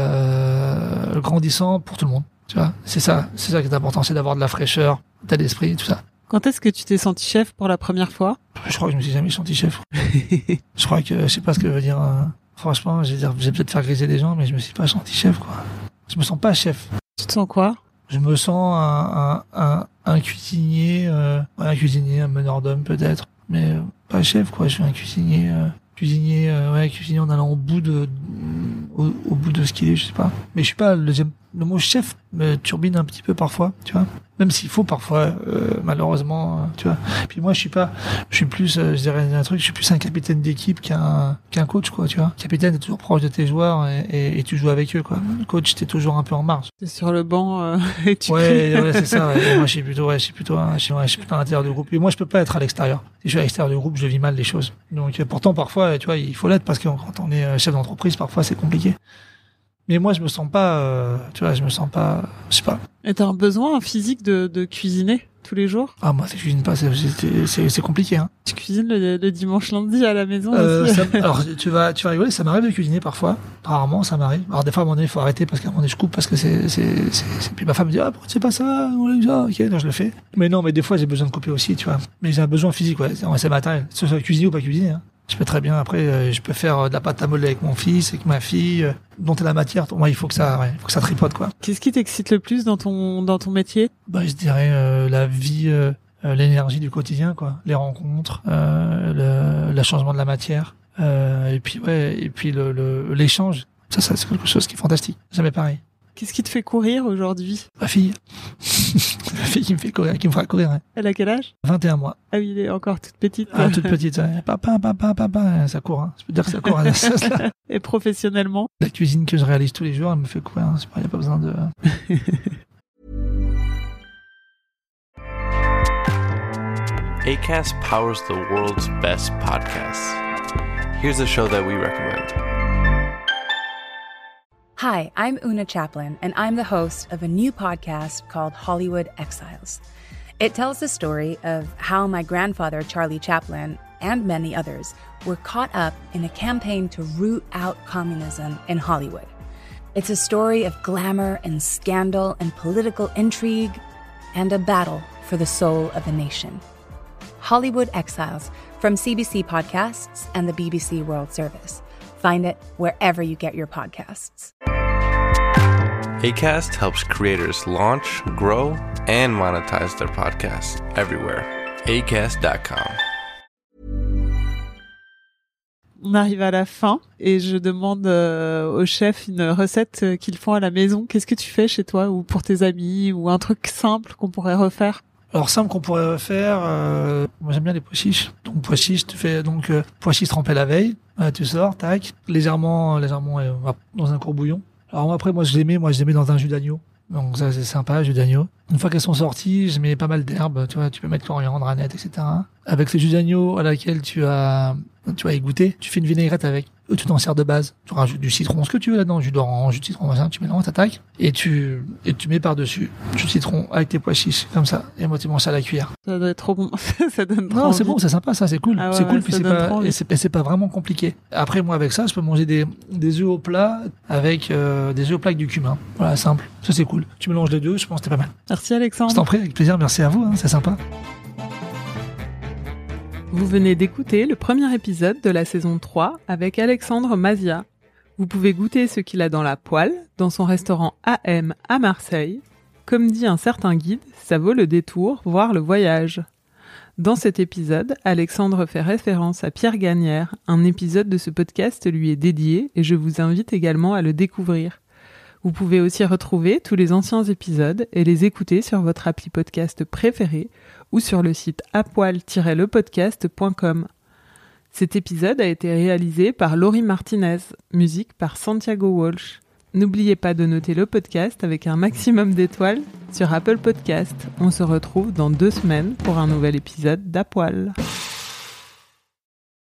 euh, grandissant pour tout le monde. Tu vois, c'est ça, c'est ça qui est important, c'est d'avoir de la fraîcheur, d'état d'esprit, tout ça. Quand est-ce que tu t'es senti chef pour la première fois? Je crois que je me suis jamais senti chef. Je crois que, je sais pas ce que veut dire, euh, franchement, je vais dire, je vais peut-être faire griser des gens, mais je me suis pas senti chef, quoi. Je me sens pas chef. Tu te sens quoi? Je me sens un, un, un, un cuisinier, euh, un cuisinier, un meneur d'hommes peut-être, mais euh, pas chef, quoi. Je suis un cuisinier, euh, cuisinier, euh, ouais, cuisinier en allant au bout de, au, au bout de ce qu'il est, je sais pas. Mais je suis pas le deuxième. Le mot chef me turbine un petit peu parfois, tu vois. Même s'il faut parfois, euh, malheureusement, euh, tu vois. Puis moi, je suis pas, je suis plus, euh, je dirais un truc, je suis plus un capitaine d'équipe qu'un qu'un coach, quoi, tu vois. Capitaine, t'es toujours proche de tes joueurs et, et, et tu joues avec eux, quoi. Le coach, t'es toujours un peu en marge. T'es sur le banc euh, et tu. Ouais, ouais, c'est ça. Ouais. Et moi, je suis plutôt, ouais, je suis plutôt, je suis, ouais, je suis plutôt à l'intérieur du groupe. Et moi, je peux pas être à l'extérieur. Si je suis à l'extérieur du groupe, je vis mal les choses. Donc, euh, pourtant, parfois, tu vois, il faut l'être parce que quand on est chef d'entreprise, parfois, c'est compliqué. Mais moi, je me sens pas, euh, tu vois, je me sens pas, je sais pas. Et t'as un besoin physique de, de cuisiner tous les jours? Ah, moi, si je cuisine pas, c'est, c'est, c'est, c'est compliqué, hein. Tu cuisines le, le dimanche, lundi à la maison euh, aussi? ça, alors, tu vas, tu vas rigoler, ça m'arrive de cuisiner parfois. Rarement, ça m'arrive. Alors, des fois, à un moment donné, il faut arrêter parce qu'à un moment donné, je coupe parce que c'est, c'est, c'est, c'est... Puis ma femme me dit, ah, pourquoi tu fais pas ça? Ok, non, je le fais. Mais non, mais des fois, j'ai besoin de couper aussi, tu vois. Mais j'ai un besoin physique, ouais. C'est, c'est matériel. Que ce soit cuisiner ou pas cuisiner, hein. Je peux très bien, après, euh, je peux faire de la pâte à modeler avec mon fils, avec ma fille, euh, dont est la matière. Moi, il faut que ça, ouais, il faut que ça tripote, quoi. Qu'est-ce qui t'excite le plus dans ton, dans ton métier? Bah, je dirais, euh, la vie, euh, euh, l'énergie du quotidien, quoi. Les rencontres, euh, le, le changement de la matière, euh, et puis, ouais, et puis le, le, l'échange. Ça, ça, c'est quelque chose qui est fantastique. Jamais pareil. Qu'est-ce qui te fait courir aujourd'hui? Ma fille. Ma fille qui me fait courir, qui me fera courir, hein. Elle a quel âge? vingt et un mois. Ah oui, elle est encore toute petite. Ah, toute petite, ouais. Papa, papa, papa, ça court, hein. Je peux te dire que ça court à la sauce, là. Et professionnellement? La cuisine que je réalise tous les jours, elle me fait courir, hein. C'est pas, y a pas besoin de... Acast powers the world's best podcasts. Here's a show that we recommend. Hi, I'm Una Chaplin, and I'm the host of a new podcast called Hollywood Exiles. It tells the story of how my grandfather, Charlie Chaplin, and many others were caught up in a campaign to root out communism in Hollywood. It's a story of glamour and scandal and political intrigue and a battle for the soul of a nation. Hollywood Exiles from C B C Podcasts and the B B C World Service. Find it wherever you get your podcasts. Acast helps creators launch, grow, and monetize their podcasts everywhere. acast dot com. On arrive à la fin et je demande euh, au chef une recette qu'ils font à la maison. Qu'est-ce que tu fais chez toi ou pour tes amis ou un truc simple qu'on pourrait refaire? Alors simple qu'on pourrait refaire, euh, moi j'aime bien les pois chiches. Donc pois chiches, tu fais donc euh, pois chiches trempés la veille, euh, tu sors, tac, légèrement, légèrement euh, dans un courbouillon. Alors moi, après moi je les mets, moi je les mets dans un jus d'agneau. Donc ça c'est sympa, jus d'agneau. Une fois qu'elles sont sorties, je mets pas mal d'herbes, tu vois, tu peux mettre coriandre, aneth, et cetera. Avec ce jus d'agneau à laquelle tu as, tu as égoutter, tu fais une vinaigrette avec. Tu t'en sers de base. Tu rajoutes du citron, ce que tu veux là-dedans, jus d'orange, jus de citron, machin, tu mélanges, t'attaques, et tu, et tu mets par-dessus du citron avec tes pois chiches, comme ça. Et moi, tu manges ça à la cuillère. Ça doit être trop bon. Ça donne trop Non, envie. c'est bon, c'est sympa, ça, c'est cool. Ah ouais, c'est cool, ouais, puis ça c'est donne pas, trop envie. et c'est, et c'est pas vraiment compliqué. Après, moi, avec ça, je peux manger des, des œufs au plat avec, euh, des œufs au plat avec du cumin. Voilà, simple. Ça, c'est cool. Tu mélanges les deux, je pense que c'était pas mal. Merci Alexandre. Je t'en prie, avec plaisir, merci à vous, hein, c'est sympa. Vous venez d'écouter le premier épisode de la saison trois avec Alexandre Mazia. Vous pouvez goûter ce qu'il a dans la poêle, dans son restaurant A M à Marseille. Comme dit un certain guide, ça vaut le détour, voire le voyage. Dans cet épisode, Alexandre fait référence à Pierre Gagnère. Un épisode de ce podcast lui est dédié et je vous invite également à le découvrir. Vous pouvez aussi retrouver tous les anciens épisodes et les écouter sur votre appli podcast préféré ou sur le site a poil tiret le podcast point com. Cet épisode a été réalisé par Laurie Martinez, musique par Santiago Walsh. N'oubliez pas de noter le podcast avec un maximum d'étoiles sur Apple Podcast. On se retrouve dans deux semaines pour un nouvel épisode d'À Poil.